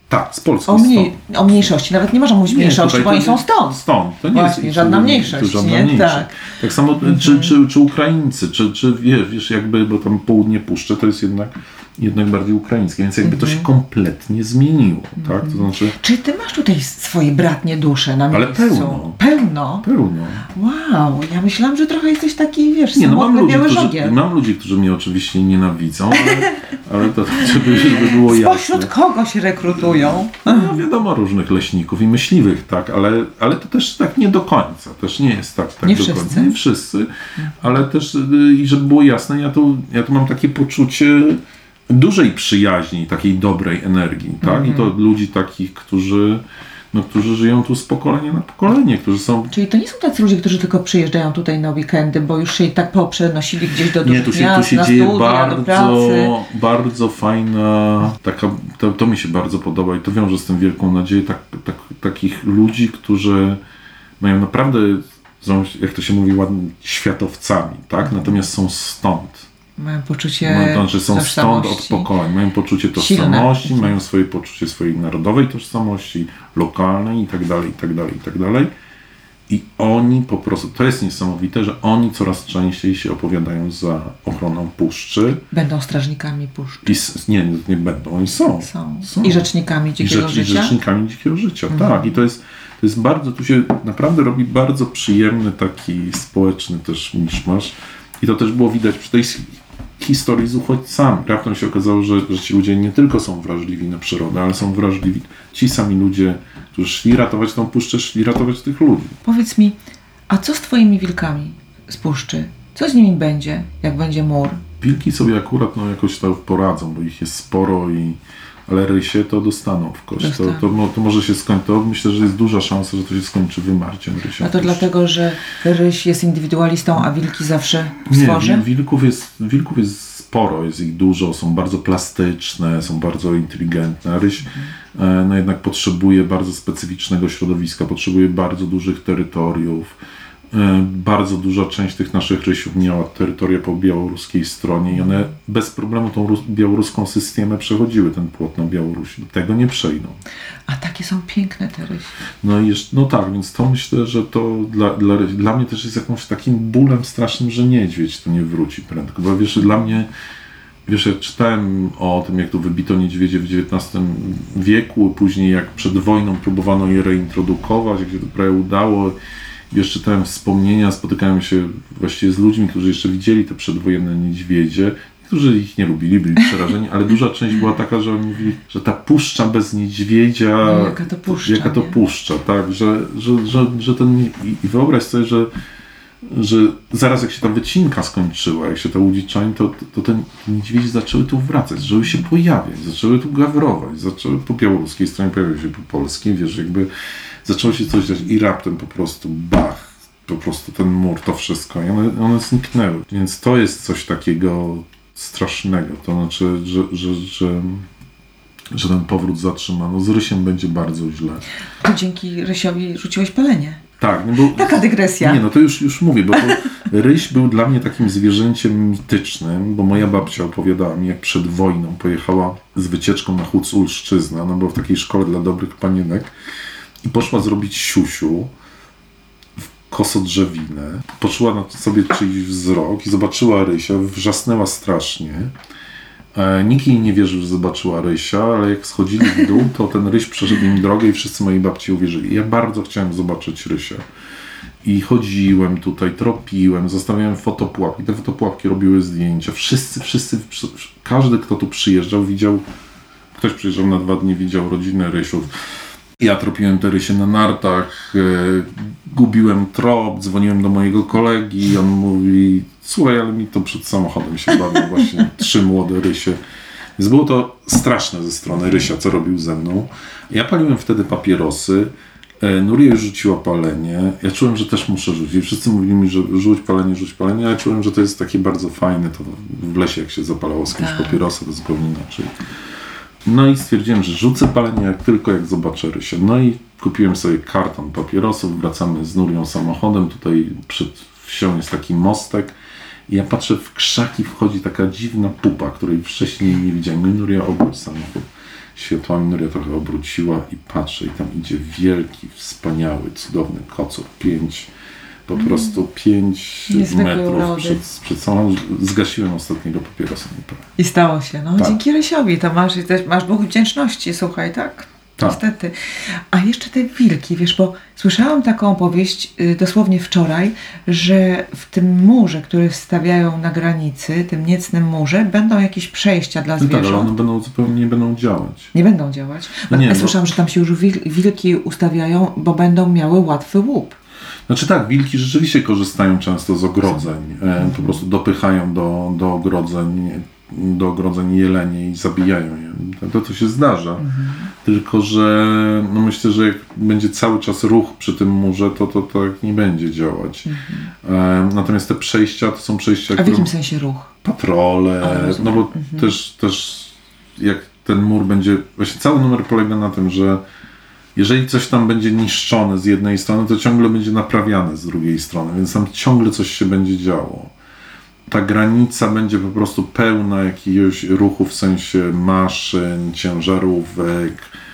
Tak, z Polski. O, mniej, o mniejszości, nawet nie można mówić Nie, mniejszości, tutaj bo oni to- są stąd. Stąd. To nie Właśnie, jest żadna to- mniejszość, to żadna nie? mniejszość. Tak. Tak samo, czy, czy, czy Ukraińcy, czy, czy wiesz, wiesz, jakby, bo tam południe Puszczy to jest jednak, jednak bardziej ukraińskie, więc jakby to się kompletnie zmieniło, tak? To znaczy, Czy ty masz tutaj swoje bratnie dusze na Ale miejscu? pełno. Pełno? pełno. Wow, ja myślałam, że trochę jesteś taki, wiesz, Nie, no mam samotny ludzi, biały którzy, żogiel. mam ludzi, którzy mnie oczywiście nienawidzą, ale, ale to żeby, żeby było jasne. Spośród kogo się rekrutują? No wiadomo, różnych leśników i myśliwych, tak, ale, ale to też tak nie do końca, też nie jest tak, tak Nie do wszyscy. końca. Nie wszyscy, ale też, y, i żeby było jasne, ja tu, ja tu mam takie poczucie dużej przyjaźni, takiej dobrej energii, tak, i to od ludzi takich, którzy, no, którzy żyją tu z pokolenia na pokolenie, którzy są... Czyli to nie są tacy ludzie, którzy tylko przyjeżdżają tutaj na weekendy, bo już się i tak poprzenosili gdzieś do Nie, dużych tu się, tu miast, się na dzieje studia, do pracy. bardzo, bardzo fajna, taka, to, to mi się bardzo podoba i to wiąże z tym wielką nadzieję, tak, tak, takich ludzi, którzy mają naprawdę, są, jak to się mówi ładnie, światowcami, tak? Natomiast są stąd. Mają poczucie Mają, to znaczy są stąd od tożsamości. pokoleń, mają poczucie Silne. tożsamości, mają swoje poczucie swojej narodowej tożsamości, lokalnej i tak dalej, i tak dalej, i tak dalej. I oni po prostu, to jest niesamowite, że oni coraz częściej się opowiadają za ochroną puszczy. Będą strażnikami puszczy. I s- nie, nie będą, oni są. Są. Są. I rzecznikami I, dzikiego rzecz, I życia. rzecznikami dzikiego życia, tak. I to jest, to jest bardzo, tu się naprawdę robi bardzo przyjemny taki społeczny też miszmasz. I to też było widać przy tej s- historii z uchodźcami. Raptem się okazało, że, że ci ludzie nie tylko są wrażliwi na przyrodę, ale są wrażliwi, ci sami ludzie, którzy szli ratować tą puszczę, szli ratować tych ludzi. Powiedz mi, a co z twoimi wilkami z puszczy? Co z nimi będzie, jak będzie mur? Wilki sobie akurat no, jakoś to poradzą, bo ich jest sporo, i, ale rysie to dostaną w kość. To, Dostaną. to, mo- to może się skończyć. To myślę, że jest duża szansa, że to się skończy wymarciem rysia. A to dlatego, że ryś jest indywidualistą, a wilki zawsze w Nie, stworze? wil- wilków jest, wilków jest sporo, jest ich dużo, są bardzo plastyczne, są bardzo inteligentne. A ryś e, no jednak potrzebuje bardzo specyficznego środowiska, potrzebuje bardzo dużych terytoriów. E, bardzo duża część tych naszych rysiów miała terytoria po białoruskiej stronie i one bez problemu tą rus- białoruską systemę przechodziły ten płot na Białorusi. Tego nie przejdą. A takie są piękne te rysie. No i jeszcze, no tak, więc to myślę, że to dla, dla, dla mnie też jest jakimś takim bólem strasznym, że niedźwiedź tu nie wróci prędko, bo wiesz, dla mnie, wiesz, ja czytałem o tym, jak tu wybito niedźwiedzie w dziewiętnastym wieku, później jak przed wojną próbowano je reintrodukować, jak się to prawie udało. Wiesz, czytałem wspomnienia, spotykałem się właściwie z ludźmi, którzy jeszcze widzieli te przedwojenne niedźwiedzie. Niektórzy ich nie lubili, byli przerażeni, ale duża część była taka, że oni mówili, że ta puszcza bez niedźwiedzia, No, jaka to puszcza, jaka to nie? puszcza, tak, że, że, że, że ten, i, i wyobraź sobie, że, że zaraz jak się ta wycinka skończyła, jak się ta udziczanie, to, to te niedźwiedzie zaczęły tu wracać, zaczęły się pojawiać, zaczęły tu gawrować, zaczęły po białoruskiej stronie, pojawiały się po polskiej, wiesz, jakby zaczęło się coś dziać i raptem po prostu bach, po prostu ten mur, to wszystko i one, one zniknęły. Więc to jest coś takiego strasznego, to znaczy, że, że, że, że ten powrót zatrzymano. Z rysiem będzie bardzo źle. Tu dzięki rysiowi rzuciłeś palenie. Tak, no bo... Taka dygresja. Nie, no to już, już mówię, bo to ryś był dla mnie takim zwierzęciem mitycznym, bo moja babcia opowiadała mi, jak przed wojną pojechała z wycieczką na Huculszczyznę, no bo w takiej szkole dla dobrych panienek, i poszła zrobić siusiu w kosodrzewinę. Poczuła na sobie czyjś wzrok i zobaczyła rysia, wrzasnęła strasznie. E, nikt jej nie wierzył, że zobaczyła rysia, ale jak schodzili w dół, to ten ryś przeszedł im drogę i wszyscy mojej babci uwierzyli. Ja bardzo chciałem zobaczyć rysia. I chodziłem tutaj, tropiłem, zostawiałem fotopułapki. Te fotopułapki robiły zdjęcia. Wszyscy, wszyscy, każdy, kto tu przyjeżdżał, widział, ktoś przyjeżdżał na dwa dni, widział rodzinę rysiów. Ja tropiłem te rysie na nartach, e, gubiłem trop, dzwoniłem do mojego kolegi i on mówi, słuchaj, ale mi to przed samochodem się bawią właśnie trzy młode rysie. Więc było to straszne ze strony rysia, co robił ze mną. Ja paliłem wtedy papierosy, e, Nuria już rzuciła palenie, ja czułem, że też muszę rzucić. Wszyscy mówili mi, że rzuć palenie, rzuć palenie, ale ja czułem, że to jest takie bardzo fajne, to w lesie jak się zapalało z kimś papierosa, to zupełnie inaczej. No i stwierdziłem, że rzucę palenie jak tylko jak zobaczę rysia. No i kupiłem sobie karton papierosów, wracamy z Nurią samochodem, tutaj przed wsią jest taki mostek i ja patrzę, w krzaki wchodzi taka dziwna pupa, której wcześniej nie widziałem. No i Nuria, obróć samochód. światłami Nuria trochę obróciła i patrzę i tam idzie wielki, wspaniały, cudowny kocur, pięć, po mm. prostu pięć metrów przed, przed samą, zgasiłem ostatniego papierosa. I stało się, no tak. Dzięki Rysiowi, to masz, masz Bóg wdzięczności, słuchaj, tak? Tak. Niestety. A jeszcze te wilki, wiesz, bo słyszałam taką opowieść y, dosłownie wczoraj, że w tym murze, który stawiają na granicy, tym niecnym murze, będą jakieś przejścia dla zwierząt. No tak, ale one będą zupełnie nie będą działać. Nie będą działać? No nie, ja bo... słyszałam, że tam się już wil- wilki ustawiają, bo będą miały łatwy łup. Znaczy tak, wilki rzeczywiście korzystają często z ogrodzeń, e, po prostu dopychają do, do ogrodzeń do ogrodzeń jelenie i zabijają je. To, to się zdarza. Mhm. Tylko, że no myślę, że jak będzie cały czas ruch przy tym murze, to to tak nie będzie działać. Mhm. E, natomiast te przejścia to są przejścia... A w jakim sensie ruch? Patrole, A, no bo mhm. też, też jak ten mur będzie... Właśnie cały numer polega na tym, że jeżeli coś tam będzie niszczone z jednej strony, to ciągle będzie naprawiane z drugiej strony, więc tam ciągle coś się będzie działo. Ta granica będzie po prostu pełna jakiegoś ruchu w sensie maszyn, ciężarówek,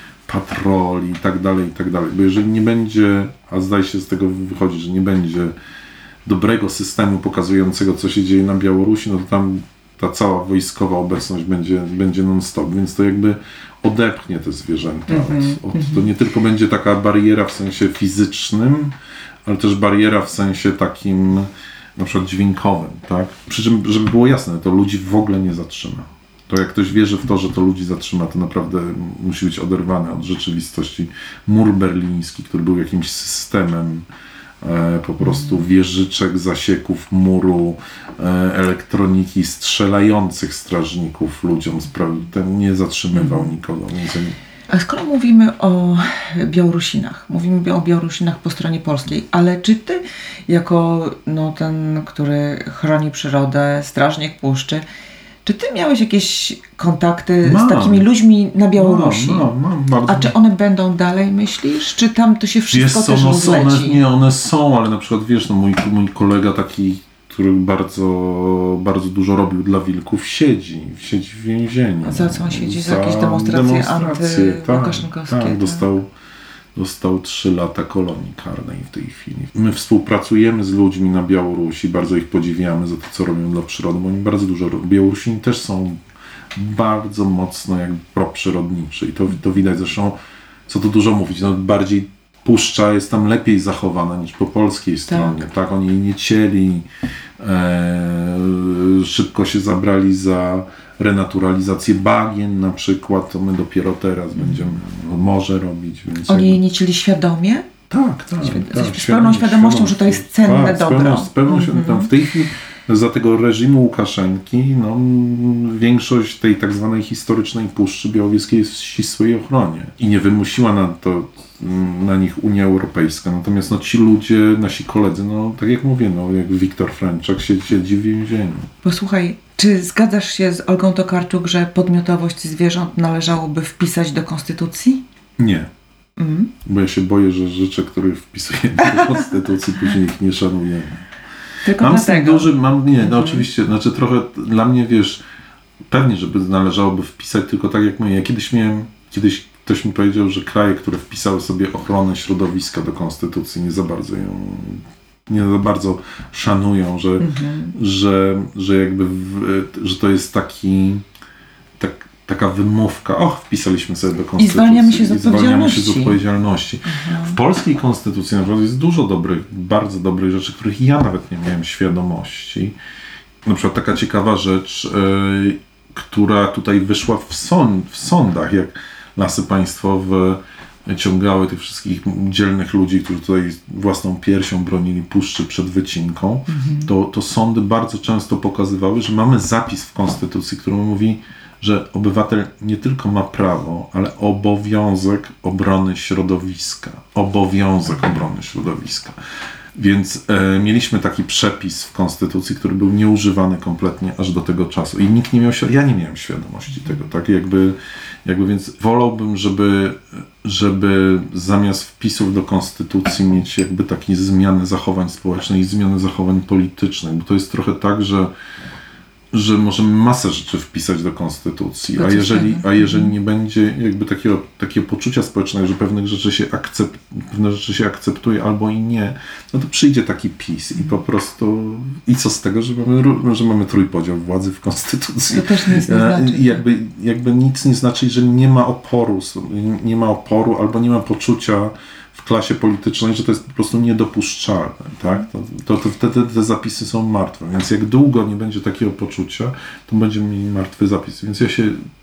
patroli i tak dalej, i tak dalej. Bo jeżeli nie będzie, a zdaje się z tego wychodzi, że nie będzie dobrego systemu pokazującego, co się dzieje na Białorusi, no to tam ta cała wojskowa obecność będzie, będzie non-stop, więc to jakby odepchnie te zwierzęta. Mm-hmm. Od, od, to nie tylko będzie taka bariera w sensie fizycznym, ale też bariera w sensie takim na przykład dźwiękowym, tak? Przy czym, żeby było jasne, to ludzi w ogóle nie zatrzyma. To jak ktoś wierzy w to, że to ludzi zatrzyma, to naprawdę musi być oderwane od rzeczywistości. Mur berliński, który był jakimś systemem e, po prostu wieżyczek, zasieków muru, e, elektroniki, strzelających strażników ludziom, spra- ten nie zatrzymywał nikogo. Więc... A skoro mówimy o Białorusinach, mówimy o Białorusinach po stronie polskiej, ale czy ty jako no, ten, który chroni przyrodę, strażnik puszczy, czy ty miałeś jakieś kontakty mam. z takimi ludźmi na Białorusi? Mam, mam, mam bardzo. A czy one będą dalej, myślisz? Czy tam to się wszystko wiesz, też no, rozleci? One, nie, one są, ale na przykład wiesz, no, mój, mój kolega taki, który bardzo, bardzo dużo robił dla wilków, siedzi, siedzi w więzieniu. A za co on siedzi? Za, za jakieś demonstracje, demonstracje anty-łukaszenkowskie? Tak, tak, dostał, dostał trzy lata kolonii karnej w tej chwili. My współpracujemy z ludźmi na Białorusi, bardzo ich podziwiamy za to, co robią dla przyrody, bo oni bardzo dużo robią. Białorusini też są bardzo mocno jak proprzyrodniczy i to, to widać, zresztą co tu dużo mówić, no bardziej puszcza jest tam lepiej zachowana niż po polskiej stronie. Tak, tak oni jej nie cieli, e, szybko się zabrali za renaturalizację bagien na przykład, to my dopiero teraz będziemy no, morze robić. Więc oni jej nie cieli świadomie? Tak, tak. Świ- tak z pełną świadomością, że to jest cenne tak, dobro. Z pełną, z pełną mm-hmm. tam w tej chwili za tego reżimu Łukaszenki no, większość tej tak zwanej historycznej Puszczy Białowieskiej jest w ścisłej ochronie i nie wymusiła na to na nich Unia Europejska. Natomiast no, ci ludzie, nasi koledzy, no tak jak mówię, no, jak Wiktor Fręczak siedzi w więzieniu. Posłuchaj, czy zgadzasz się z Olgą Tokarczuk, że podmiotowość zwierząt należałoby wpisać do Konstytucji? Nie. Mm. Bo ja się boję, że rzeczy, które wpisujemy do Konstytucji, później ich nie szanujemy. Tylko mam dlatego. z tym duży, mam, nie, no mhm. oczywiście, znaczy trochę dla mnie, wiesz, pewnie, żeby należałoby wpisać, tylko tak jak mówię, ja kiedyś miałem, kiedyś ktoś mi powiedział, że kraje, które wpisały sobie ochronę środowiska do Konstytucji, nie za bardzo ją, nie za bardzo szanują, że, mhm. że, że jakby, w, że to jest taki, tak, taka wymówka, och, wpisaliśmy sobie do Konstytucji. I zwalniamy się z odpowiedzialności. Zwalniamy się z odpowiedzialności. Mhm. W polskiej Konstytucji naprawdę jest dużo dobrych, bardzo dobrych rzeczy, których ja nawet nie miałem świadomości. Na przykład taka ciekawa rzecz, yy, która tutaj wyszła w, sąd, w sądach, jak Lasy Państwowe ciągały tych wszystkich dzielnych ludzi, którzy tutaj własną piersią bronili puszczy przed wycinką, mhm. to, to sądy bardzo często pokazywały, że mamy zapis w Konstytucji, który mówi, że obywatel nie tylko ma prawo, ale obowiązek obrony środowiska. Obowiązek obrony środowiska. Więc e, mieliśmy taki przepis w Konstytucji, który był nieużywany kompletnie aż do tego czasu. I nikt nie miał, ja nie miałem świadomości tego, tak? Jakby, jakby więc wolałbym, żeby, żeby zamiast wpisów do Konstytucji mieć jakby takie zmiany zachowań społecznych i zmiany zachowań politycznych, bo to jest trochę tak, że że możemy masę rzeczy wpisać do konstytucji, a jeżeli, a jeżeli nie będzie jakby takiego, takiego poczucia społecznego, że pewnych rzeczy się akcept, pewne rzeczy się akceptuje albo i nie, no to przyjdzie taki PiS i po prostu i co z tego, że mamy, że mamy trójpodział władzy w konstytucji. To też nic nie znaczy. I jakby, jakby nic nie znaczy, że nie ma oporu, nie ma oporu albo nie ma poczucia w klasie politycznej, że to jest po prostu niedopuszczalne, tak? To, to, to wtedy te zapisy są martwe, więc jak długo nie będzie takiego poczucia, to będziemy mieli martwy zapis, więc ja się...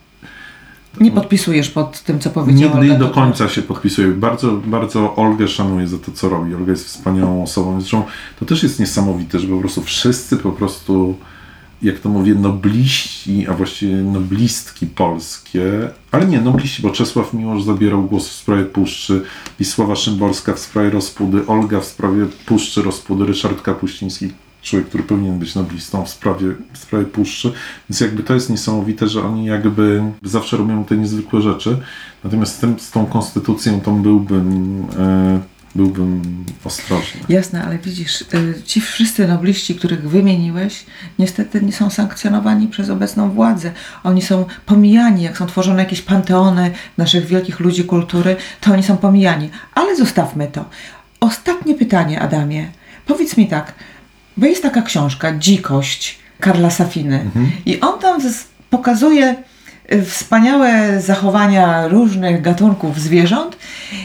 Nie podpisujesz pod tym, co powiedziała Nigdy Olga, i do to końca się podpisuję. Bardzo, bardzo Olgę szanuję za to, co robi. Olga jest wspaniałą osobą, zresztą to też jest niesamowite, że po prostu wszyscy po prostu, jak to mówię, nobliści, a właściwie noblistki polskie, ale nie, nobliści, bo Czesław Miłosz zabierał głos w sprawie Puszczy, Wisława Szymborska w sprawie Rospudy, Olga w sprawie Puszczy, Rospudy, Ryszard Kapuściński, człowiek, który powinien być noblistą w sprawie, w sprawie Puszczy, więc jakby to jest niesamowite, że oni jakby zawsze robią te niezwykłe rzeczy, natomiast z, tym, z tą konstytucją to byłbym... E, byłbym ostrożny. Jasne, ale widzisz, ci wszyscy nobliści, których wymieniłeś, niestety nie są sankcjonowani przez obecną władzę. Oni są pomijani, jak są tworzone jakieś panteony naszych wielkich ludzi kultury, to oni są pomijani. Ale zostawmy to. Ostatnie pytanie, Adamie. Powiedz mi tak, bo jest taka książka, Dzikość, Karla Safiny. Mhm. I on tam pokazuje wspaniałe zachowania różnych gatunków zwierząt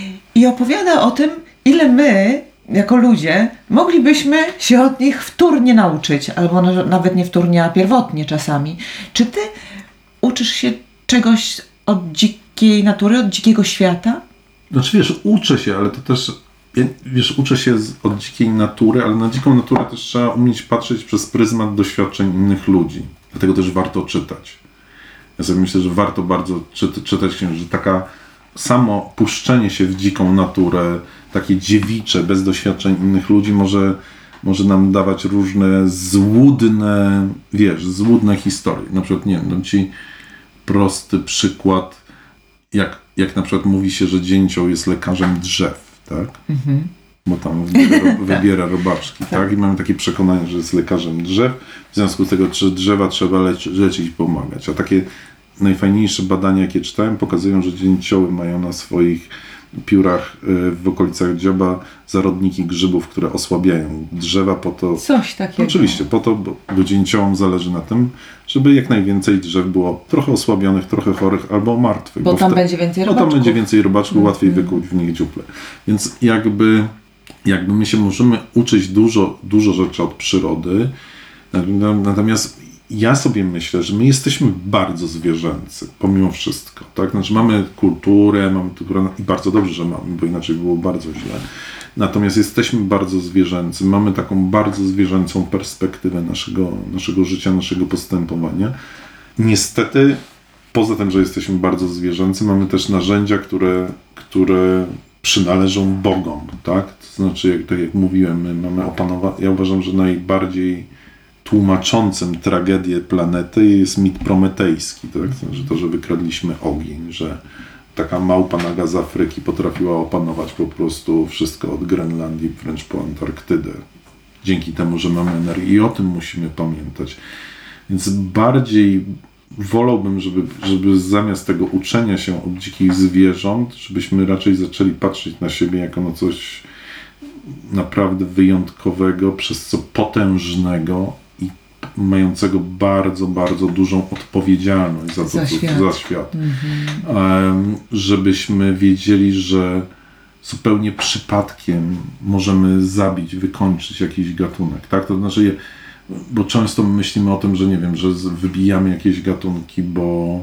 i opowiada o tym, ile my, jako ludzie, moglibyśmy się od nich wtórnie nauczyć, albo nawet nie wtórnie, a pierwotnie czasami. Czy ty uczysz się czegoś od dzikiej natury, od dzikiego świata? Znaczy wiesz, uczę się, ale to też, wiesz, uczę się z, od dzikiej natury, ale na dziką naturę też trzeba umieć patrzeć przez pryzmat doświadczeń innych ludzi. Dlatego też warto czytać. Ja sobie myślę, że warto bardzo czy, czytać książki, że taka samo puszczenie się w dziką naturę, takie dziewicze, bez doświadczeń innych ludzi może, może nam dawać różne złudne, wiesz, złudne historie. Na przykład, nie wiem, dam ci prosty przykład, jak, jak na przykład mówi się, że dzięcioł jest lekarzem drzew, tak? Mhm. Bo tam wybiera, wybiera robaczki, tak? I mamy takie przekonanie, że jest lekarzem drzew, w związku z tego, że drzewa trzeba leczy, leczyć i pomagać. A takie najfajniejsze badania, jakie czytałem, pokazują, że dzięcioły mają na swoich piórach w okolicach dzioba zarodniki grzybów, które osłabiają drzewa po to... Coś takiego. Oczywiście, po to, bo, bo dzięciołom zależy na tym, żeby jak najwięcej drzew było trochę osłabionych, trochę chorych albo martwych. Bo, bo tam te, będzie więcej robaczków. Bo tam będzie więcej robaczków, mm. łatwiej wykuć w nich dziuple. Więc jakby, jakby my się możemy uczyć dużo, dużo rzeczy od przyrody, natomiast ja sobie myślę, że my jesteśmy bardzo zwierzęcy, pomimo wszystko, tak? Znaczy mamy kulturę, mamy kulturę i bardzo dobrze, że mamy, bo inaczej było bardzo źle. Natomiast jesteśmy bardzo zwierzęcy, mamy taką bardzo zwierzęcą perspektywę naszego, naszego życia, naszego postępowania. Niestety, poza tym, że jesteśmy bardzo zwierzęcy, mamy też narzędzia, które, które przynależą Bogom, tak? To znaczy, jak, tak jak mówiłem, my mamy opanować, ja uważam, że najbardziej tłumaczącym tragedię planety jest mit prometejski, tak? Znaczy to, że wykradliśmy ogień, że taka małpa naga z Afryki potrafiła opanować po prostu wszystko od Grenlandii wręcz po Antarktydę. Dzięki temu, że mamy energię i o tym musimy pamiętać. Więc bardziej wolałbym, żeby, żeby zamiast tego uczenia się od dzikich zwierząt, żebyśmy raczej zaczęli patrzeć na siebie jako na coś naprawdę wyjątkowego, przez co potężnego i mającego bardzo, bardzo dużą odpowiedzialność za to, za co, świat. Za świat. Mhm. Um, żebyśmy wiedzieli, że zupełnie przypadkiem możemy zabić, wykończyć jakiś gatunek. Tak? To znaczy, bo często myślimy o tym, że nie wiem, że wybijamy jakieś gatunki, bo,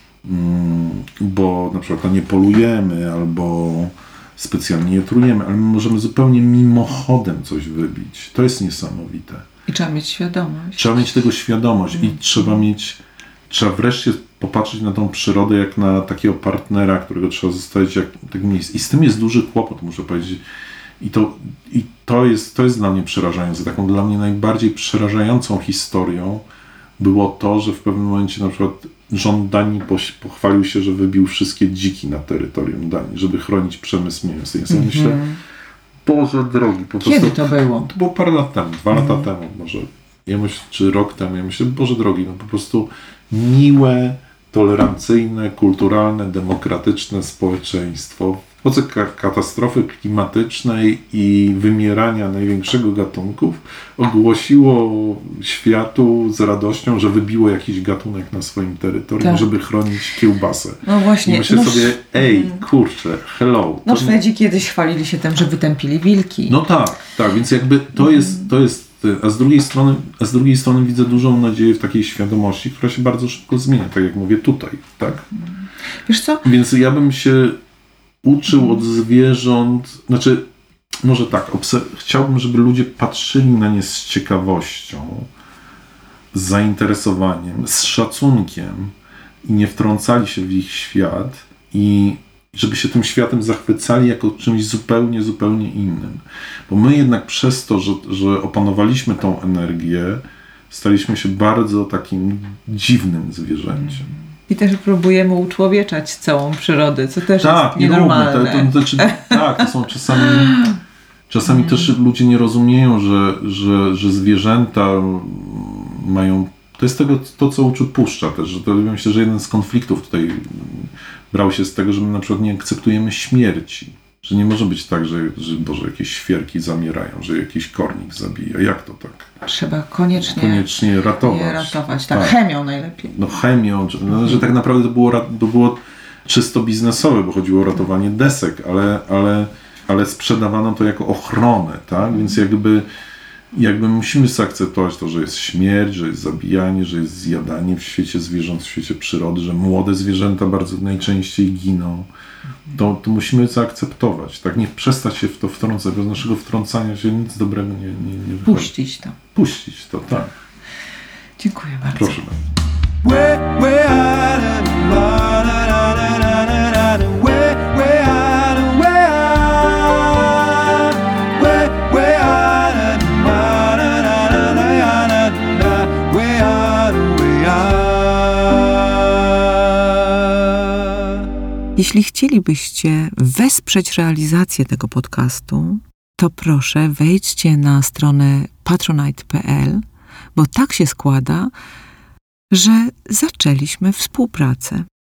mm, bo na przykład nie polujemy, albo specjalnie je trujemy, ale my możemy zupełnie mimochodem coś wybić. To jest niesamowite. I trzeba mieć świadomość. Trzeba mieć tego świadomość mm. i trzeba mieć, trzeba wreszcie popatrzeć na tą przyrodę jak na takiego partnera, którego trzeba zostawić jak tak miejsce. I z tym jest duży kłopot, muszę powiedzieć. I to, i to jest, to jest dla mnie przerażające. Taką dla mnie najbardziej przerażającą historią było to, że w pewnym momencie na przykład rząd Danii pochwalił się, że wybił wszystkie dziki na terytorium Danii, żeby chronić przemysł mięsny. Ja sobie mm-hmm. myślę, Boże drogi. Po Kiedy prostu, to było? To było parę lat temu, dwa mm-hmm. lata temu może. ja myślę, czy rok temu, ja myślę, Boże drogi, no po prostu miłe, tolerancyjne, kulturalne, demokratyczne społeczeństwo w epoce katastrofy klimatycznej i wymierania największego gatunków ogłosiło światu z radością, że wybiło jakiś gatunek na swoim terytorium, tak. żeby chronić kiełbasę. No właśnie. I myślę no, sobie, ej, kurczę, hello. No Szwedzi kiedyś chwalili się tym, że wytępili wilki. No tak, tak, więc jakby to mm. jest, to jest a z drugiej strony, a z drugiej strony widzę dużą nadzieję w takiej świadomości, która się bardzo szybko zmienia, tak jak mówię tutaj, tak? Wiesz co? Więc ja bym się uczył od zwierząt, znaczy, może tak, chciałbym, żeby ludzie patrzyli na nie z ciekawością, z zainteresowaniem, z szacunkiem i nie wtrącali się w ich świat i żeby się tym światem zachwycali jako czymś zupełnie, zupełnie innym. Bo my jednak przez to, że, że opanowaliśmy tą energię, staliśmy się bardzo takim dziwnym zwierzęciem. I też próbujemy uczłowieczać całą przyrodę, co też tak, jest nienormalne. To, to, to, to, tak, to są czasami... Czasami też ludzie nie rozumieją, że, że, że zwierzęta mają... To jest tego, to, co uczy Puszcza też. Że to, myślę, że jeden z konfliktów tutaj brał się z tego, że my na przykład nie akceptujemy śmierci. Że nie może być tak, że, że Boże, jakieś świerki zamierają, że jakiś kornik zabija. Jak to tak? Trzeba koniecznie, koniecznie ratować. Je ratować. Tak, tak, chemią najlepiej. No chemią, no, że tak naprawdę to było, to było czysto biznesowe, bo chodziło o ratowanie desek, ale, ale, ale sprzedawano to jako ochronę, tak? Więc jakby Jakby musimy zaakceptować to, że jest śmierć, że jest zabijanie, że jest zjadanie w świecie zwierząt, w świecie przyrody, że młode zwierzęta bardzo najczęściej giną. To, to musimy zaakceptować. Tak, nie przestać się w to wtrącać, bo z naszego wtrącania się nic dobrego nie, nie, nie wychodzi. Puścić to. Puścić to, tak. Dziękuję bardzo. Proszę bardzo. Jeśli chcielibyście wesprzeć realizację tego podcastu, to proszę wejdźcie na stronę patronite kropka p l, bo tak się składa, że zaczęliśmy współpracę.